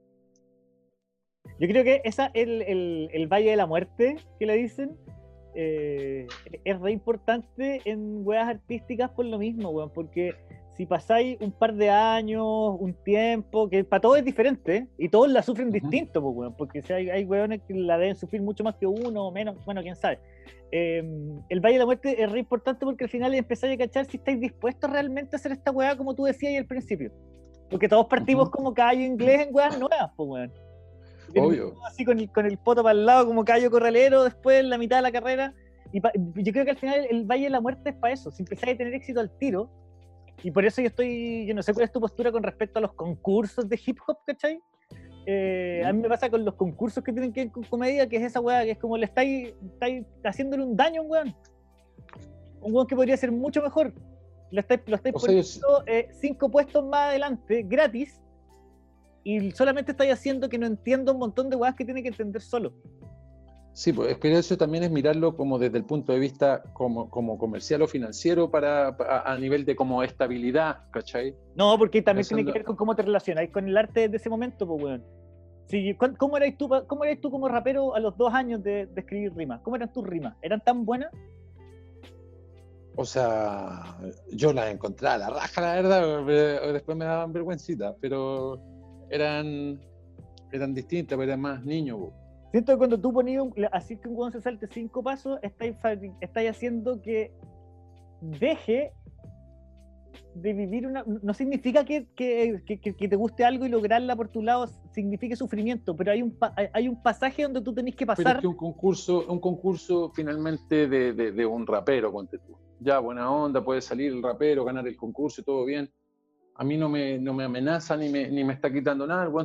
Yo creo que el Valle de la Muerte, que le dicen, es re importante en weas artísticas por lo mismo, weón, porque si pasáis un par de años, un tiempo, que para todos es diferente, y todos la sufren distinto, pues, weón, porque si hay weones que la deben sufrir mucho más que uno o menos, bueno, quién sabe. El Valle de la Muerte es re importante porque al final empezáis a cachar si estáis dispuestos realmente a hacer esta wea como tú decías ahí al principio. Porque todos partimos como caballo inglés en weas nuevas, pues, weón. Obvio. Así con el poto para el lado como caballo corralero después en la mitad de la carrera. Yo creo que al final el Valle de la Muerte es para eso, si empezáis a tener éxito al tiro. Y por eso yo no sé cuál es tu postura con respecto a los concursos de hip hop, ¿cachai? A mí me pasa con los concursos que tienen que ver con comedia, que es esa weá, que es como le estáis haciéndole un daño a un weón. Un weón que podría ser mucho mejor. Lo estáis poniendo 5 puestos más adelante, gratis, y solamente estáis haciendo que no entienda un montón de weas que tiene que entender solo. Sí, pues es que eso también es mirarlo como desde el punto de vista como comercial o financiero a nivel de como estabilidad, ¿cachai? No, porque también Pensando... tiene que ver con cómo te relacionas con el arte de ese momento, pues, weón. Sí, ¿cómo eras tú como rapero a los 2 años de escribir rimas? ¿Cómo eran tus rimas? ¿Eran tan buenas? O sea, yo las encontraba a la raja, la verdad, pero después me daban vergüencita, pero eran distintas, pero eran más niños, po. Siento que cuando tú ponías, así que un weón se salte 5 pasos, estáis haciendo que deje de vivir no significa que te guste algo y lograrla por tu lado signifique sufrimiento, pero hay un pasaje donde tú tenés que pasar. Pero es que un concurso finalmente de un rapero, ponte tú. Ya, buena onda, puede salir el rapero, ganar el concurso y todo bien. A mí no me amenaza ni me está quitando nada. El weón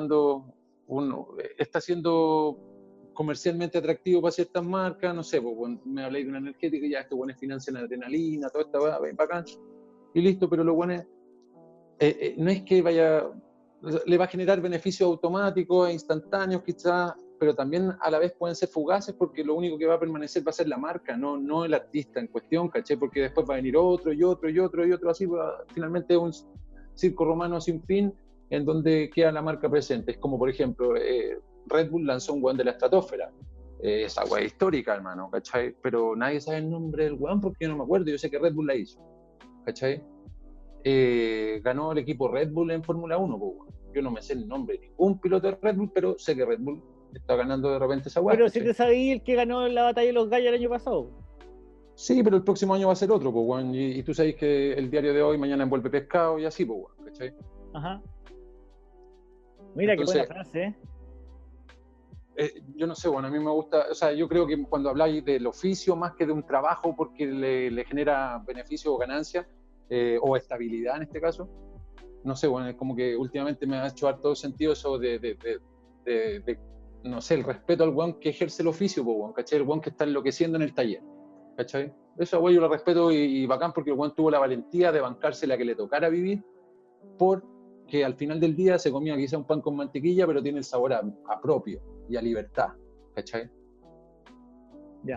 está siendo comercialmente atractivo para ciertas marcas, no sé, pues me habláis de una energética y ya estos weones financian adrenalina, toda esta weá, bacán, y listo, pero lo bueno no es que le va a generar beneficios automáticos e instantáneos quizás, pero también a la vez pueden ser fugaces porque lo único que va a permanecer va a ser la marca, no el artista en cuestión, ¿caché? Porque después va a venir otro y otro y otro y otro, así finalmente es un circo romano sin fin en donde queda la marca presente. Es como, por ejemplo, Red Bull lanzó un weón de la estratosfera. Esa weá histórica, hermano, ¿cachai? Pero nadie sabe el nombre del weón porque yo no me acuerdo, yo sé que Red Bull la hizo, ¿cachai? Ganó el equipo Red Bull en Fórmula 1, pues, yo no me sé el nombre de ningún piloto de Red Bull, pero sé que Red Bull está ganando de repente esa weá. Pero si te sabías el que ganó la batalla de los gallos el año pasado. Sí, pero el próximo año va a ser otro, pues, weón, y tú sabes que el diario de hoy mañana envuelve pescado y así, pues, weón, ¿cachai? Ajá. Mira, entonces, qué buena frase, yo no sé, bueno, a mí me gusta, o sea, yo creo que cuando habláis del oficio más que de un trabajo porque le genera beneficio o ganancia, o estabilidad en este caso, no sé, bueno, es como que últimamente me ha hecho harto sentido eso de no sé, el respeto al weón que ejerce el oficio, pues, weón, ¿cachai? El weón que está enloqueciendo en el taller, ¿cachai? Eso, weón, yo lo respeto y bacán porque el weón tuvo la valentía de bancarse la que le tocara vivir porque al final del día se comía quizá un pan con mantequilla, pero tiene el sabor a propio y a libertad, ¿cachai? Ya.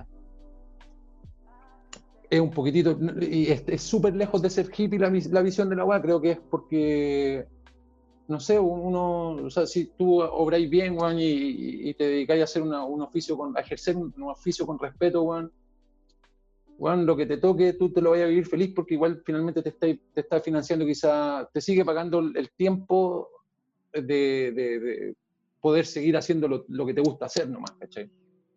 Es un poquitito, y es súper lejos de ser hippie la visión de la weá, creo que es porque, no sé, o sea, si tú obráis bien, weón, y te dedicáis a hacer un oficio, a ejercer un oficio con respeto, weón, lo que te toque, tú te lo vayas a vivir feliz porque igual finalmente te está financiando, quizá te sigue pagando el tiempo de poder seguir haciendo lo que te gusta hacer nomás, ¿cachai?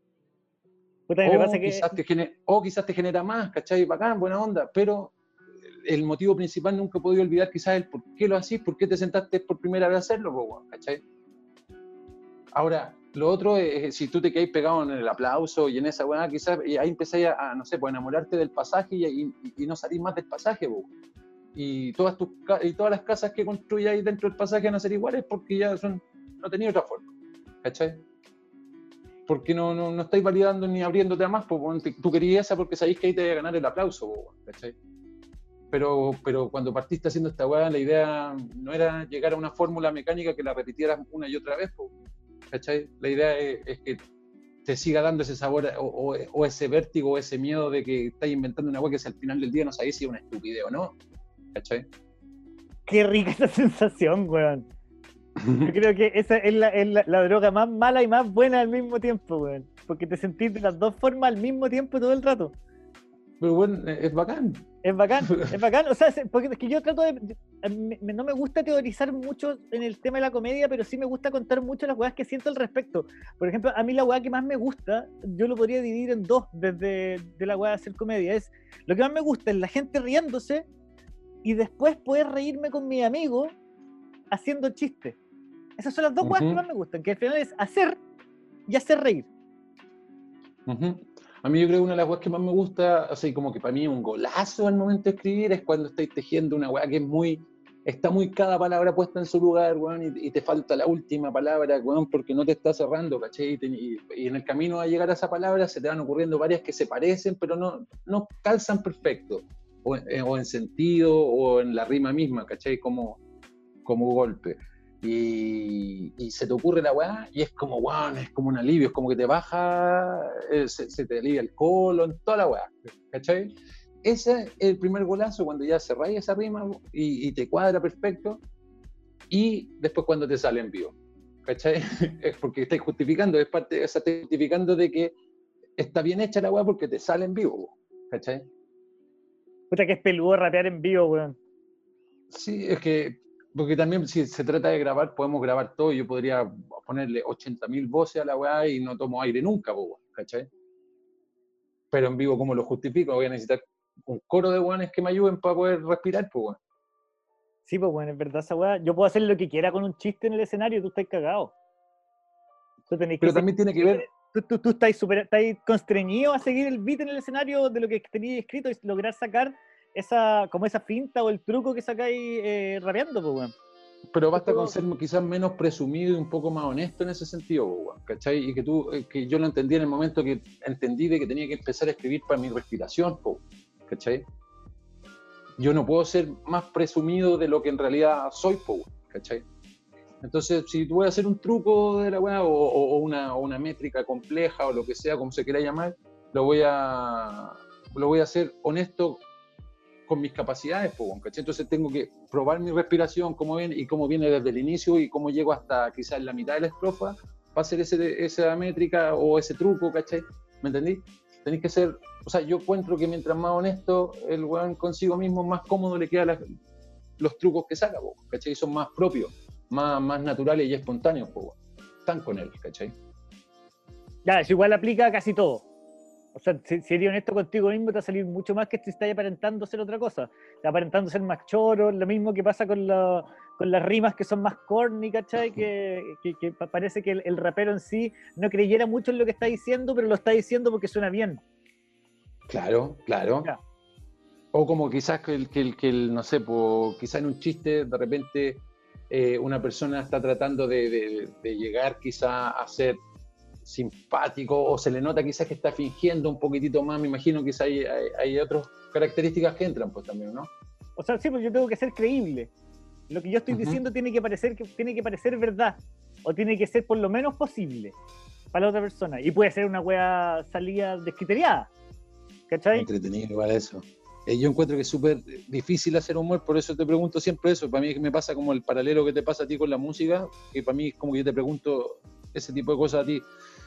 Quizás te genera más, ¿cachai? Bacán, buena onda, pero el motivo principal nunca he podido olvidar quizás el por qué lo hacís, por qué te sentaste por primera vez a hacerlo, ¿cachai? Ahora, lo otro es si tú te quedáis pegado en el aplauso y en esa weá, quizás ahí empezáis a, no sé, pues enamorarte del pasaje y no salís más del pasaje, y todas las casas que construyáis dentro del pasaje van a ser iguales porque ya no tenía otra forma, ¿cachai? Porque no estáis validando ni abriéndote a más, pues tú querías esa porque sabéis que ahí te iba a ganar el aplauso, ¿cachai? Pero cuando partiste haciendo esta weá, la idea no era llegar a una fórmula mecánica que la repitieras una y otra vez, ¿cachai? La idea es que te siga dando ese sabor o ese vértigo o ese miedo de que estás inventando una weá que si al final del día no sabéis si es una estupidez o no, ¿cachai? Qué rica esa sensación, weón. Yo creo que esa es la droga más mala y más buena al mismo tiempo, weón. Porque te sentís de las dos formas al mismo tiempo todo el rato. Pero bueno, es bacán. Es bacán, es bacán. O sea, porque es que yo trato de... No me gusta teorizar mucho en el tema de la comedia, pero sí me gusta contar mucho las weas que siento al respecto. Por ejemplo, a mí la wea que más me gusta, yo lo podría dividir en dos desde de la wea de hacer comedia. Es, lo que más me gusta es la gente riéndose y después poder reírme con mis amigos haciendo chistes. Esas son las dos weas que más me gustan, que al final es hacer y hacer reír. A mí yo creo que una de las weas que más me gusta, así como que para mí es un golazo al momento de escribir, es cuando estáis tejiendo una wea que es está muy cada palabra puesta en su lugar, weón, y te falta la última palabra, weón, porque no te está cerrando, ¿cachai? Y en el camino a llegar a esa palabra se te van ocurriendo varias que se parecen, pero no calzan perfecto, o en sentido, o en la rima misma, ¿cachai? Como golpe. Y se te ocurre la weá y es como, weón, es como un alivio, es como que te baja, se te alivia el colon, toda la weá, ¿cachai? Ese es el primer golazo, cuando ya cerráis esa rima y te cuadra perfecto, y después cuando te sale en vivo, ¿cachai? Es porque estáis justificando, es parte, o sea, estáis justificando de que está bien hecha la weá porque te sale en vivo, ¿cachai? Puta que es peludo rapear en vivo, weón. Sí, es que, porque también si se trata de grabar, podemos grabar todo. Yo podría ponerle 80.000 voces a la weá y no tomo aire nunca, po, ¿cachai? Pero en vivo, ¿cómo lo justifico? Voy a necesitar un coro de weones que me ayuden para poder respirar, pues, weón. Sí, pues bueno, es verdad esa weá. Yo puedo hacer lo que quiera con un chiste en el escenario y tú estás cagado. Tú tenés que Pero también tiene que ver... Tú estás constreñido a seguir el beat en el escenario de lo que tenías escrito y lograr sacar esa finta o el truco que sacáis rapeando, pues, weón. Pero basta con ser quizás menos presumido y un poco más honesto en ese sentido, weón, ¿cachai? Y que yo lo entendí en el momento que entendí de que tenía que empezar a escribir para mi respiración, ¿cachai? Yo no puedo ser más presumido de lo que en realidad soy, ¿cachai? Entonces, si tú voy a hacer un truco de la weá o una métrica compleja o lo que sea, como se quiera llamar, lo voy a hacer honesto con mis capacidades, ¿cachai? Entonces tengo que probar mi respiración, cómo viene desde el inicio y cómo llego hasta quizás la mitad de la estrofa para hacer esa métrica o ese truco, ¿cachai? ¿Me entendí? Tenéis que ser, o sea, yo encuentro que mientras más honesto el weón consigo mismo, más cómodo le quedan los trucos que saca, ¿cachai? Son más propios, más naturales y espontáneos, están con él, ¿cachai? Ya, eso igual aplica a casi todo. O sea, si eres honesto contigo mismo, te va a salir mucho más que si estás aparentando ser otra cosa. Aparentando ser más choro, lo mismo que pasa con las rimas que son más corny, ¿cachai? Que parece que el rapero en sí no creyera mucho en lo que está diciendo, pero lo está diciendo porque suena bien. Claro. Ya. O como quizás que no sé, quizás en un chiste, de repente, una persona está tratando de llegar quizás a ser simpático, o se le nota quizás que está fingiendo un poquitito más, me imagino que hay otras características que entran pues también, ¿no? O sea, sí, pues yo tengo que ser creíble. Lo que yo estoy diciendo tiene que parecer verdad, o tiene que ser por lo menos posible para la otra persona, y puede ser una wea salida descriteriada, ¿cachai? Entretenido igual eso. Yo encuentro que es súper difícil hacer humor, por eso te pregunto siempre eso. Para mí me pasa como el paralelo que te pasa a ti con la música, que para mí es como que yo te pregunto ese tipo de cosas a ti.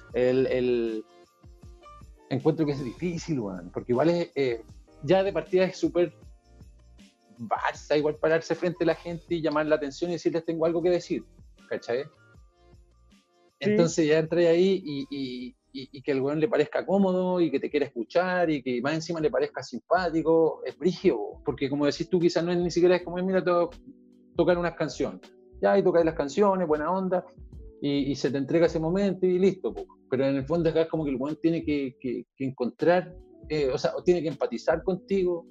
Encuentro que es difícil, weón, porque igual ya de partida es súper Barça, igual pararse frente a la gente y llamar la atención y decirles tengo algo que decir, ¿cachai? Sí. Entonces ya entré ahí y que el weón le parezca cómodo y que te quiera escuchar y que más encima le parezca simpático, es brígido, porque como decís tú, quizás no es ni siquiera es como, mira, tocar unas canciones, ya, y tocáis las canciones, buena onda, y se te entrega ese momento y listo, pero en el fondo acá es como que el weón tiene que encontrar, o sea, tiene que empatizar contigo,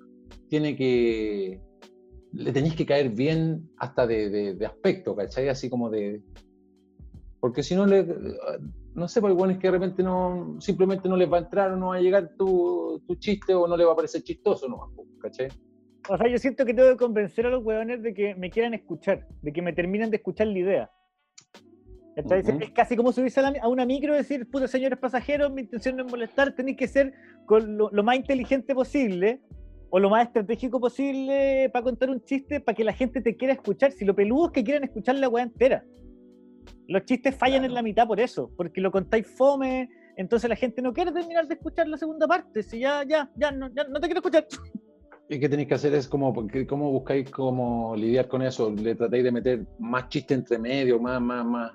le tenés que caer bien hasta de aspecto, ¿cachai? Así como porque si no no sé, porque bueno, es que de repente simplemente no les va a entrar o no va a llegar tu chiste o no le va a parecer chistoso nomás, ¿cachai? O sea, yo siento que tengo que convencer a los hueones de que me quieran escuchar, de que me terminen de escuchar la idea. Es casi como subirse a una micro y decir, puta, señores pasajeros, mi intención no es molestar, tenéis que ser con lo más inteligente posible o lo más estratégico posible para contar un chiste para que la gente te quiera escuchar. Si lo peludo es que quieran escuchar la hueá entera. Los chistes fallan en la mitad por eso, porque lo contáis fome, entonces la gente no quiere terminar de escuchar la segunda parte, si ya no te quiero escuchar. ¿Y qué tenéis que hacer? Es cómo buscáis cómo lidiar con eso, le tratáis de meter más chiste entre medio, como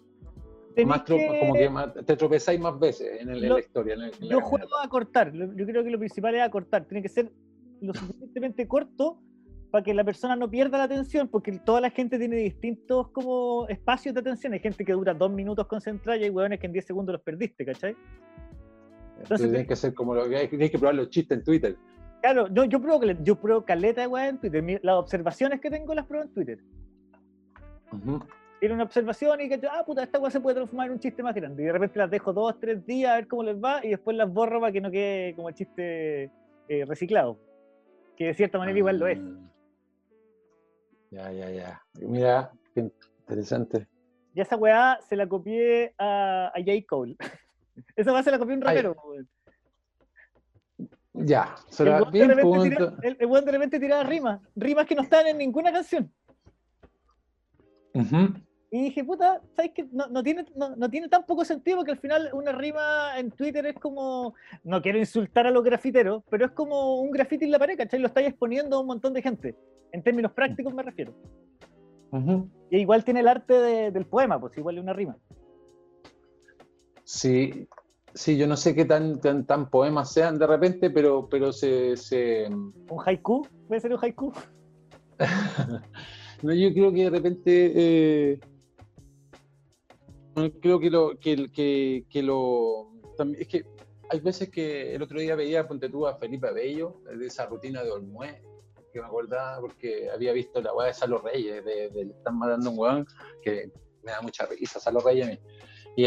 que te tropezáis más veces en la historia. Yo juego a cortar, yo creo que lo principal es acortar, tiene que ser lo suficientemente corto para que la persona no pierda la atención, porque toda la gente tiene distintos como espacios de atención. Hay gente que dura 2 minutos concentrada y hay hueones que en 10 segundos los perdiste, ¿cachai? Entonces tienes que hacer como lo que hay, tienes que probar los chistes en Twitter. Claro, yo pruebo caleta de weá en Twitter. Las observaciones que tengo las pruebo en Twitter. Tiene una observación y que, puta, esta weá se puede transformar en un chiste más grande. Y de repente las dejo 2, 3 días a ver cómo les va y después las borro para que no quede como el chiste reciclado. Que de cierta manera igual lo es. Ya. Mira, qué interesante. Y esa weá se la copié a J. Cole. Esa weá se la copié a un rapero. Ya, El será weón bien. el weón de repente tiraba rimas que no están en ninguna canción. Y dije, puta, ¿sabes qué? No tiene tan poco sentido, porque al final una rima en Twitter es como, no quiero insultar a los grafiteros, pero es como un grafiti en la pared, ¿cachai? Lo estáis exponiendo a un montón de gente. En términos prácticos me refiero. Y igual tiene el arte del poema, pues igual es una rima. Sí, yo no sé qué tan poemas sean de repente, pero se... ¿Un haiku? ¿Puede ser un haiku? No, yo creo que de repente... creo que lo... Es que hay veces que el otro día veía, ponte tú, a Felipe Abello, de esa rutina de Olmué, que me acordaba porque había visto la weá de Salo Reyes, de Están matando a un weón, que me da mucha risa, Salo Reyes a mí. Y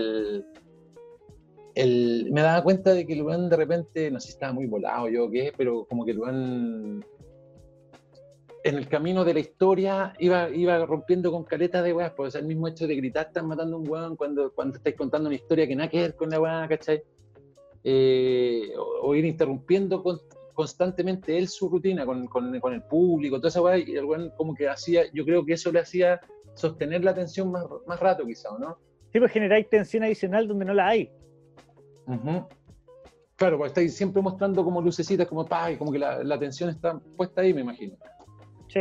me daba cuenta de que el weón de repente, no sé si estaba muy volado yo o qué, pero como que el weón en el camino de la historia iba rompiendo con caletas de weas, pues el mismo hecho de gritar están matando a un weón cuando estáis contando una historia que nada que ver con la weá, ¿cachai? O ir interrumpiendo constantemente él su rutina con el público, toda esa weá, y el weón como que hacía, yo creo que eso le hacía sostener la atención más rato quizá, ¿no? Sí, pues generáis tensión adicional donde no la hay. Claro, pues estáis siempre mostrando como lucecitas, como y como que la atención está puesta ahí, me imagino. Sí.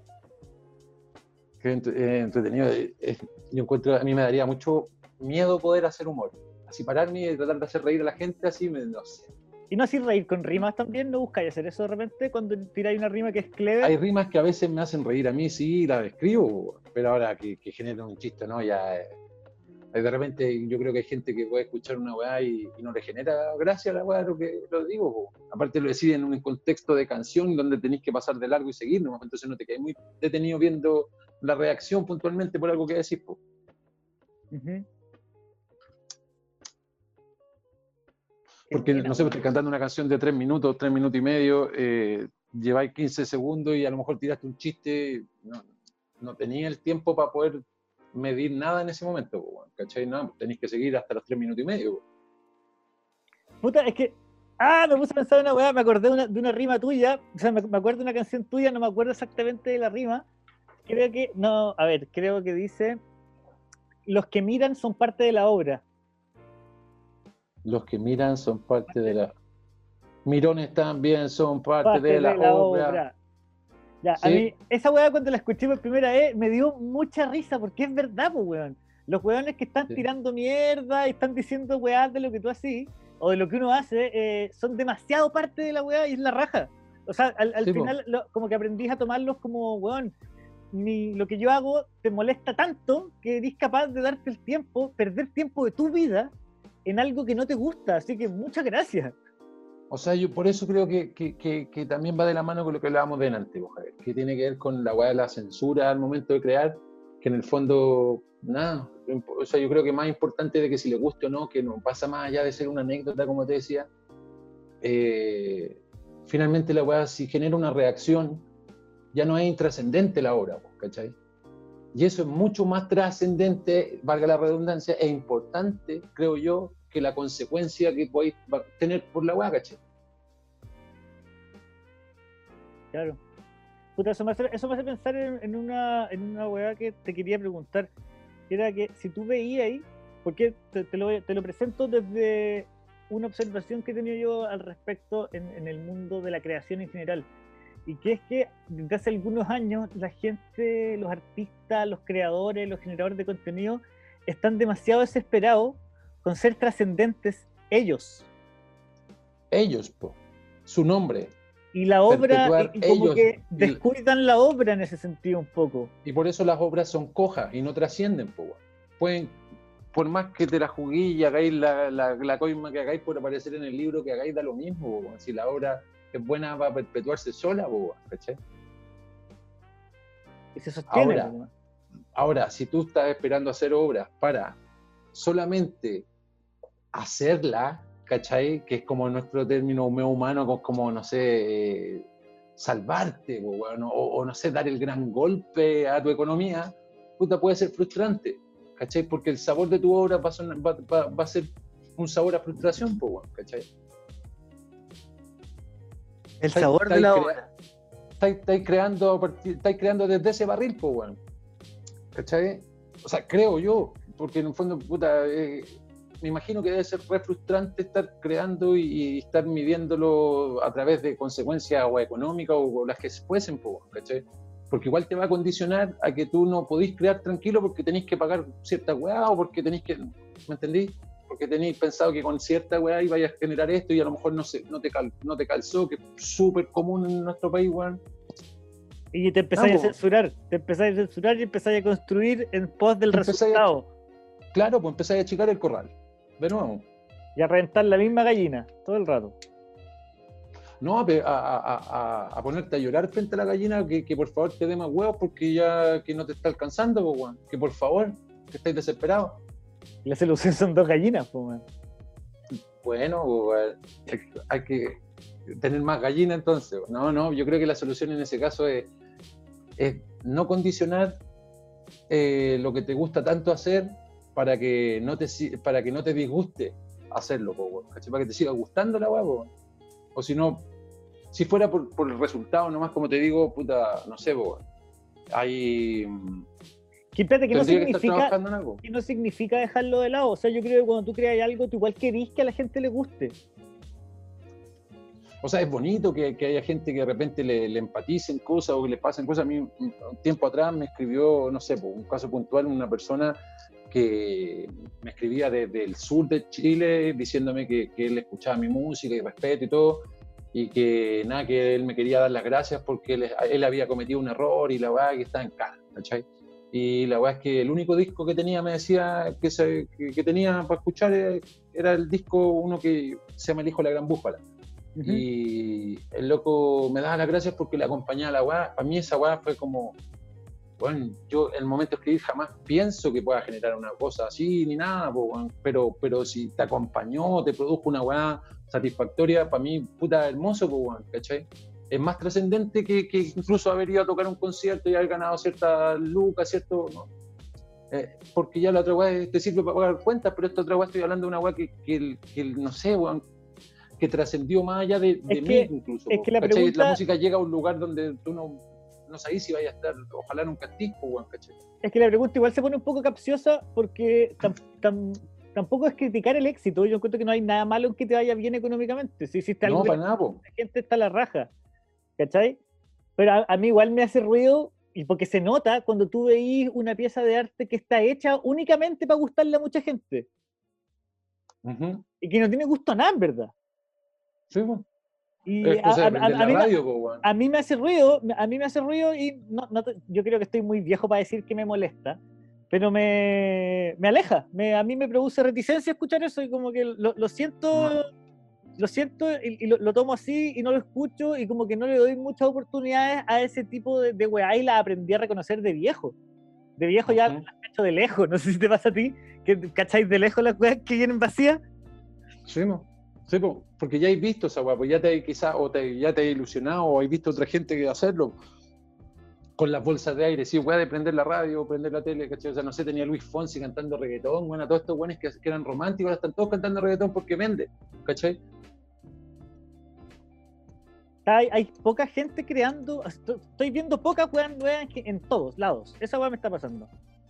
Qué entretenido. Yo encuentro, a mí me daría mucho miedo poder hacer humor. Así pararme y tratar de hacer reír a la gente, así, no sé. ¿Y no así reír con rimas también? ¿No buscáis hacer eso de repente cuando tiráis una rima que es clever? Hay rimas que a veces me hacen reír a mí, sí, las escribo, pero ahora que generen un chiste, ¿no? Ya... de repente yo creo que hay gente que puede escuchar una weá y no le genera gracia a la weá lo que lo digo, po. Aparte lo deciden en un contexto de canción donde tenéis que pasar de largo y seguir, ¿no? Entonces no te quedas muy detenido viendo la reacción puntualmente por algo que decís, po. Porque no sé, estoy cantando una canción de 3 minutos y medio, lleváis 15 segundos y a lo mejor tiraste un chiste, no tenía el tiempo para poder medir nada en ese momento, ¿cachai? No, tenéis que seguir hasta los 3 minutos y medio. Puta, es que... me puse a pensar en una weá, me acordé de una rima tuya, o sea, me acuerdo de una canción tuya, no me acuerdo exactamente de la rima. Creo que dice, los que miran son parte de la obra. Los que miran son parte de la... Mirones también son parte de la obra. Ya, ¿sí? A mí, esa weá cuando la escuché por primera vez me dio mucha risa, porque es verdad, pues weón. Los weones que están tirando mierda y están diciendo weá de lo que tú haces, o de lo que uno hace, son demasiado parte de la weá y es la raja. O sea, al final, como que aprendís a tomarlos como, weón, lo que yo hago te molesta tanto que eres capaz de darte el tiempo, perder tiempo de tu vida en algo que no te gusta, así que muchas gracias. O sea, yo por eso creo que también va de la mano con lo que hablábamos delante, Javier, que tiene que ver con la weá de la censura al momento de crear, que en el fondo, nada, o sea, yo creo que más importante de que si le guste o no, que no pasa más allá de ser una anécdota, como te decía, finalmente la weá, si genera una reacción, ya no es intrascendente la obra, ¿cachai? Y eso es mucho más trascendente, valga la redundancia, e importante, creo yo, que la consecuencia que podéis tener por la weá, ¿cachai? Claro. Puta, eso me hace pensar en una weá que te quería preguntar. Era que si tú veías ahí, porque te lo presento desde una observación que he tenido yo al respecto en el mundo de la creación en general. Y que es que desde hace algunos años la gente, los artistas, los creadores, los generadores de contenido están demasiado desesperados con ser trascendentes ellos. Ellos, su nombre. Y la obra, perpetuar y como ellos, que descuidan la obra en ese sentido un poco. y por eso las obras son cojas y no trascienden, po, weón. Pueden, por más que te la juguéis y hagáis la coima que hagáis por aparecer en el libro que hagáis, da lo mismo, po, weón. Si la obra es buena va a perpetuarse sola, po, weón, ¿cachai? Y se sostiene. Ahora, po. Ahora, si tú estás esperando hacer obras para solamente hacerla, ¿cachai? Que es como nuestro término humano, como, no sé, salvarte, po, weón, o no sé, dar el gran golpe a tu economía, puta, puede ser frustrante, ¿cachai? Porque el sabor de tu obra va a ser un sabor a frustración, po, weón, ¿cachai? El sabor de la obra. Estáis creando desde ese barril, po, weón, ¿cachai? O sea, creo yo, porque en el fondo, puta, me imagino que debe ser re frustrante estar creando y estar midiéndolo a través de consecuencias o económicas o las que fuesen, ¿cachai? Porque igual te va a condicionar a que tú no podís crear tranquilo porque tenéis que pagar cierta weá o porque tenéis que, ¿me entendí? Porque tenéis pensado que con cierta weá ibas a generar esto y a lo mejor no te calzó, que es súper común en nuestro país, weón. Y te empezáis a censurar, y empezáis a construir en pos del resultado. Claro, pues empezáis a achicar el corral, de nuevo. Y a reventar la misma gallina, todo el rato. No, a ponerte a llorar frente a la gallina, que por favor te dé más huevos porque ya que no te está alcanzando, pues, weón. Que por favor, que estáis desesperados. La solución son 2 gallinas, pues, weón. Bueno, pues, hay que tener más gallinas entonces. No, yo creo que la solución en ese caso es no condicionar lo que te gusta tanto hacer para que no te disguste hacerlo, ¿cachai? Para que te siga gustando la hueá, o si no, si fuera por el resultado nomás, como te digo, puta, no sé, hay... Que no significa dejarlo de lado. O sea, yo creo que cuando tú creas algo, tú igual querís que a la gente le guste. O sea, es bonito que haya gente que de repente le empaticen cosas o que le pasen cosas. A mí, un tiempo atrás me escribió, no sé, un caso puntual, una persona que me escribía desde el sur de Chile diciéndome que él escuchaba mi música y respeto y todo, y que nada, que él me quería dar las gracias porque él había cometido un error y la weá que estaba en casa, ¿cachai? Y la weá es que el único disco que tenía, me decía, que tenía para escuchar era el disco, uno que se llama El Hijo de la Gran Búfala. Uh-huh. Y el loco me daba las gracias porque le acompañaba a la weá. Para mí esa weá fue como, bueno, yo en el momento de escribir jamás pienso que pueda generar una cosa así ni nada, pero si te acompañó, te produjo una weá satisfactoria, para mí, puta, hermoso, ¿cachai? Es más trascendente que incluso haber ido a tocar un concierto y haber ganado ciertas lucas, ¿cierto? ¿No? Porque ya la otra weá te sirve para pagar cuentas, pero esta otra weá estoy hablando de una weá que no sé, weón, que trascendió más allá de mí incluso. Es que la música llega a un lugar donde tú no sabes si vaya a estar, ojalá en un castillo, weón, ¿cachai? Es que la pregunta igual se pone un poco capciosa porque tampoco es criticar el éxito. Yo encuentro que no hay nada malo en que te vaya bien económicamente. Si hiciste algo, para nada, la gente está a la raja, ¿cachai? Pero a mí igual me hace ruido, y porque se nota cuando tú veís una pieza de arte que está hecha únicamente para gustarle a mucha gente. Uh-huh. Y que no tiene gusto a nada, en verdad. Sí, bueno. Y a mí me hace ruido, y yo creo que estoy muy viejo para decir que me molesta, pero me aleja, a mí me produce reticencia escuchar eso y como que lo siento y lo tomo así y no lo escucho y como que no le doy muchas oportunidades a ese tipo de weá y la aprendí a reconocer de viejo. De viejo ya las cacho de lejos, no sé si te pasa a ti, que cacháis de lejos las weas que vienen vacías. Sí, no. Sí, porque ya has visto esa weá, pues ya te has ilusionado o has visto otra gente que hacerlo con las bolsas de aire, sí, weá, de prender la radio, prender la tele, ¿cachai? O sea, no sé, tenía Luis Fonsi cantando reggaetón, bueno, todos estos weones que eran románticos, ahora están todos cantando reggaetón porque vende, ¿cachai? Hay poca gente creando, estoy viendo pocas weas en todos lados, esa weá me está pasando.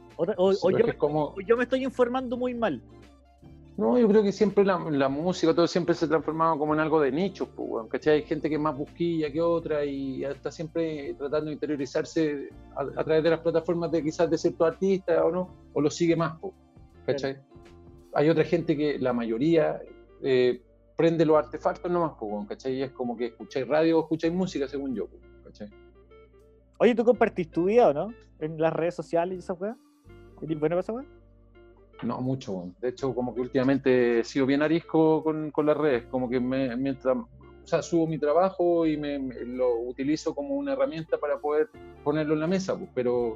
Yo me estoy informando muy mal. No, yo creo que siempre la música, todo siempre se ha transformado como en algo de nichos, pues, ¿cachai? Hay gente que es más busquilla que otra y está siempre tratando de interiorizarse a través de las plataformas de quizás de ciertos artistas o no, o lo sigue más, pues, ¿cachai? Sí. Hay otra gente que la mayoría prende los artefactos nomás, pues, weón, ¿cachai? Y es como que escucháis radio o escucháis música, según yo, pues, ¿cachai? Oye, ¿tú compartís tu vida o no? En las redes sociales y esas weas. ¿Eres bueno para esa wea? No, mucho, weón. De hecho, como que últimamente he sido bien arisco con las redes, como que mientras, o sea, subo mi trabajo y lo utilizo como una herramienta para poder ponerlo en la mesa, pues,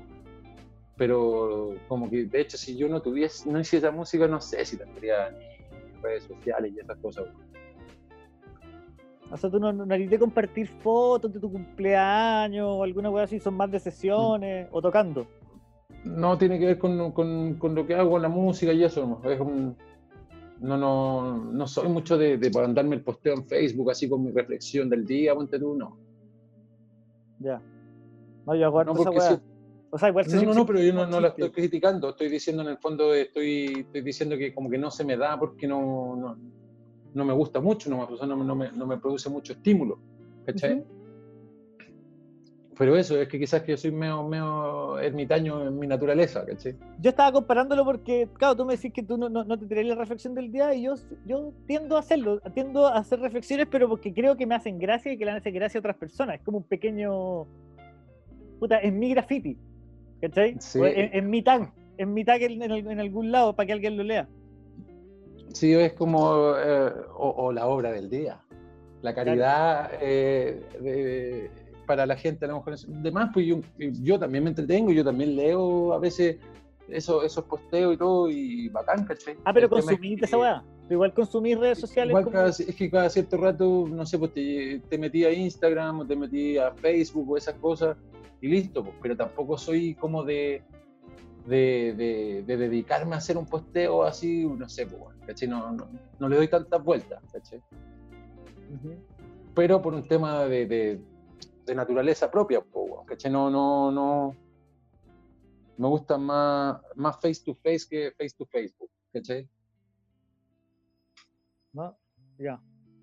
pero como que, de hecho, si yo no hiciera música, no sé si tendría ni redes sociales y esas cosas, weón. O sea, tú no eres de compartir fotos de tu cumpleaños o alguna wea así, son más de sesiones o tocando. No tiene que ver con lo que hago con la música y eso, ¿no? No soy mucho de mandarme el posteo en Facebook así con mi reflexión del día, ponte tú, no. Ya. No, yo aguanto No, esa porque wea. sí. O sea, igual No, pero yo no la estoy criticando, estoy diciendo en el fondo, estoy diciendo que como que no se me da porque no me gusta mucho, nomás, o sea, no me produce mucho estímulo, ¿cachai? Uh-huh. Pero eso, es que quizás que yo soy medio ermitaño en mi naturaleza, ¿cachai? Yo estaba comparándolo porque, claro, tú me decís que tú no te tirás la reflexión del día y yo tiendo a hacerlo, tiendo a hacer reflexiones, pero porque creo que me hacen gracia y que le hacen gracia a otras personas. Es como un pequeño... Puta, es mi graffiti, ¿cachai? Sí. O en mi tag en algún lado para que alguien lo lea. Sí, es como, o la obra del día, la caridad para la gente, a lo mejor. Además, pues yo también me entretengo, yo también leo a veces esos posteos y todo, y bacán, ¿cachai? Ah, pero El tema consumiste es esa weá. Tú igual consumís redes sociales. Igual como... es que cada cierto rato, no sé, pues te metí a Instagram o te metí a Facebook o esas cosas y listo, pues, pero tampoco soy como de dedicarme a hacer un posteo así, no sé, pues, ¿cachai? No le doy tantas vueltas, ¿cachai? Uh-huh. Pero por un tema de naturaleza propia, pues, ¿cachai? No me gusta más face to face que face to Facebook, ¿cachai? No, ya.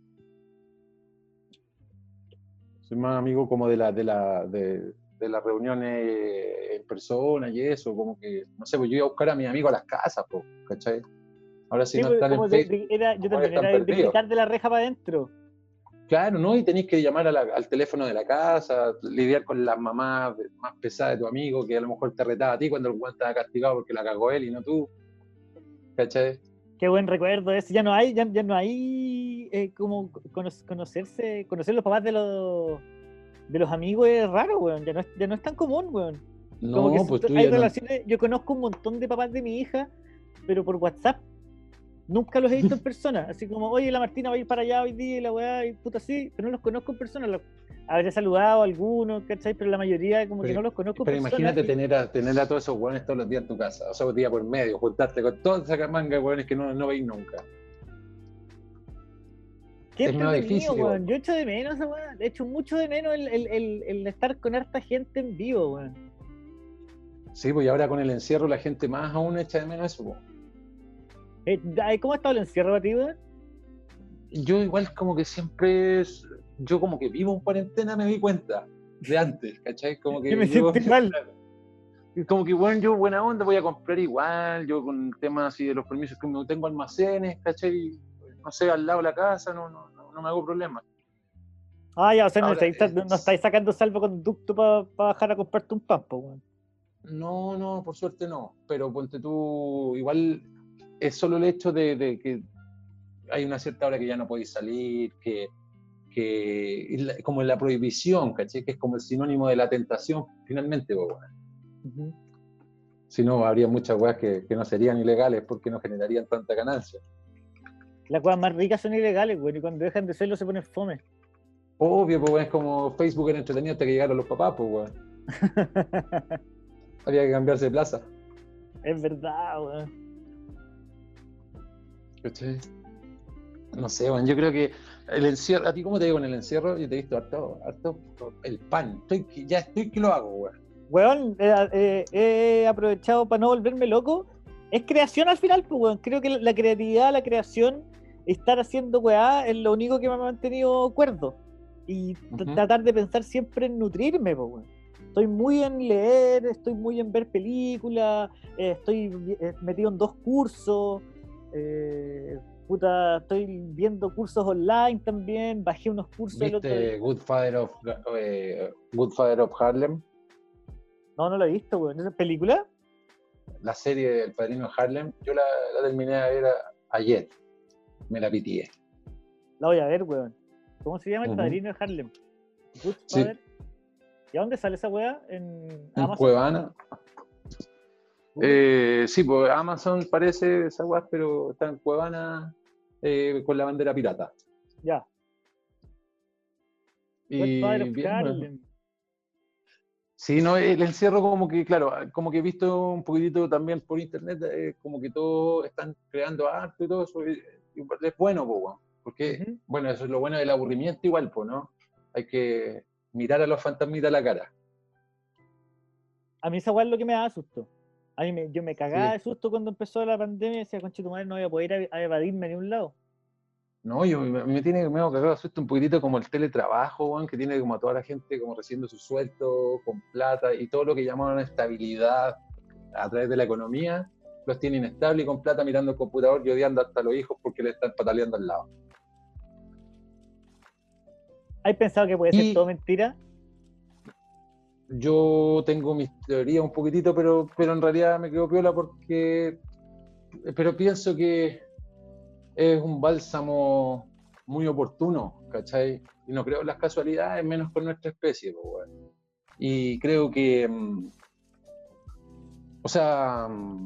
Soy más amigo como de las reuniones en persona y eso, como que, no sé, pues yo iba a buscar a mis amigos a las casas, pues, ¿cachai? Ahora si Sí, no pues, están como en Facebook, yo también están era de perdidos. gritar de la reja para adentro. Claro, ¿no? Y tenéis que llamar al teléfono de la casa, lidiar con las mamás más pesadas de tu amigo, que a lo mejor te retaba a ti cuando el weón estaba castigado porque la cagó él y no tú, ¿cachai? Qué buen recuerdo ese. Ya no hay como conocer los papás de los amigos es raro, weón. Ya no es tan común, weón. No, Como que pues tú hay ya no. relaciones. Yo conozco un montón de papás de mi hija, pero por WhatsApp. Nunca los he visto en persona. Así como, oye, la Martina va a ir para allá hoy día y la weá, y puta así, pero no los conozco en persona. Habré saludado a algunos, ¿cachai? Pero la mayoría como que no los conozco en Pero persona. imagínate tener a todos esos hueones todos los días en tu casa, o sea, día por medio, juntarte con toda esa manga de hueones que no veis nunca. Qué es más difícil, weón. Yo echo de menos esa weá. Echo mucho de menos el estar con harta gente en vivo, weón. Sí, pues y ahora con el encierro la gente más aún echa de menos eso, pues. ¿Cómo ha estado el encierro para ti, weón? Yo igual como que siempre, yo como que vivo en cuarentena me di cuenta de antes, ¿cachai? Como que Yo me siento igual. Como que bueno, yo buena onda voy a comprar igual, yo con temas así de los permisos que tengo almacenes, ¿cachai? No sé, al lado de la casa, no me hago problema. Ah, ya, o sea, Ahora, no estáis sacando salvoconducto para bajar a comprarte un pan, weón. No, por suerte no, pero ponte tú, igual es solo el hecho de que hay una cierta hora que ya no podéis salir, que como la prohibición, ¿cachai? Que es como el sinónimo de la tentación, finalmente, pues, bueno. Uh-huh. Si no, habría muchas weas que no serían ilegales porque no generarían tanta ganancia. Las cosas más ricas son ilegales, güey, y cuando dejan de serlo se ponen fome. Obvio, pues, es como Facebook era entretenido hasta que llegaron los papás, pues, weón. Había que cambiarse de plaza. Es verdad, weón. ¿Cachai? No sé, weón, yo creo que el encierro, ¿a ti cómo te digo con el encierro? Yo te he visto harto el pan. Ya estoy que lo hago, weón. Weón, he aprovechado para no volverme loco. Es creación al final, pues, weón. Creo que la creatividad, la creación, estar haciendo weá es lo único que me ha mantenido cuerdo. Y tratar de pensar siempre en nutrirme, pues, weón. Estoy muy en leer, estoy muy en ver películas, estoy metido en 2 cursos. puta, estoy viendo cursos online también, bajé unos cursos el otro día. ¿Viste Good Father of Harlem? No lo he visto, weón. ¿Esa es película? La serie El Padrino de Harlem, yo la terminé de ver ayer. Me la pitié. La voy a ver, weón. ¿Cómo se llama? El Ujú. Padrino de Harlem. Good Sí. Father. ¿Y a dónde sale esa weá? ¿En En Amazon? Cuevana. Sí, pues Amazon parece esa weá, pero está en Cuevana con la bandera pirata. Ya. Good Y Father of bien, bueno. Harlem. Sí, no, el encierro como que, claro, como que he visto un poquitito también por internet, como que todos están creando arte y todo eso, y es bueno, po, weón, porque, Ujú. bueno, eso es lo bueno del aburrimiento igual, pues, ¿no? Hay que mirar a los fantasmitas a la cara. A mí esa weá es lo que me da susto. Yo me cagaba Sí. de susto cuando empezó la pandemia y decía, conchetumadre, no voy a poder a evadirme ni un lado. No, me tiene medio cagado de susto un poquitito como el teletrabajo, weón, que tiene como a toda la gente como recibiendo su sueldo, con plata, y todo lo que llamaban estabilidad a través de la economía, los tiene inestables y con plata mirando el computador y odiando hasta a los hijos porque le están pataleando al lado. ¿Has pensado que puede ser Y- todo mentira? Yo tengo mis teorías un poquitito, pero en realidad me quedo piola pero pienso que es un bálsamo muy oportuno, ¿cachai? Y no creo en las casualidades, menos con nuestra especie, pues, weón. Y creo que, o sea,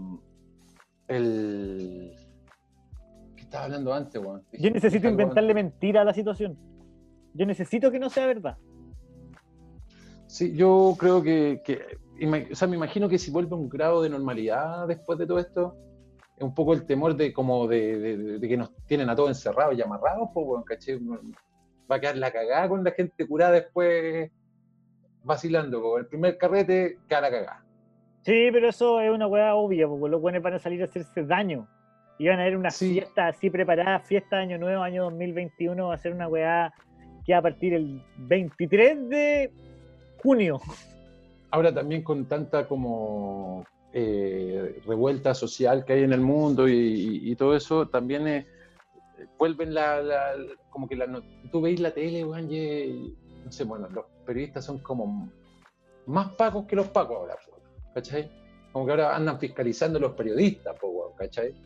¿qué estaba hablando antes, weón? Yo necesito Dije algo inventarle antes. mentira a la situación. Yo necesito que no sea verdad. Sí, yo creo o sea, me imagino que si vuelve un grado de normalidad después de todo esto, es un poco el temor de que nos tienen a todos encerrados y amarrados, pues, weón, ¿cachai? Va a quedar la cagada con la gente curada después vacilando, pues. El primer carrete, queda la cagada. Sí, pero eso es una weá obvia, porque los buenos van a salir a hacerse daño. Y van a haber una Sí. fiesta así preparada, fiesta de Año Nuevo, año 2021, va a ser una weá que va a partir el 23 de junio. Ahora también con tanta como revuelta social que hay en el mundo y todo eso, también vuelven como que tú veis la tele, weón, no sé, bueno, los periodistas son como más pacos que los pacos ahora, ¿cachai? Como que ahora andan fiscalizando a los periodistas, weón, ¿cachai?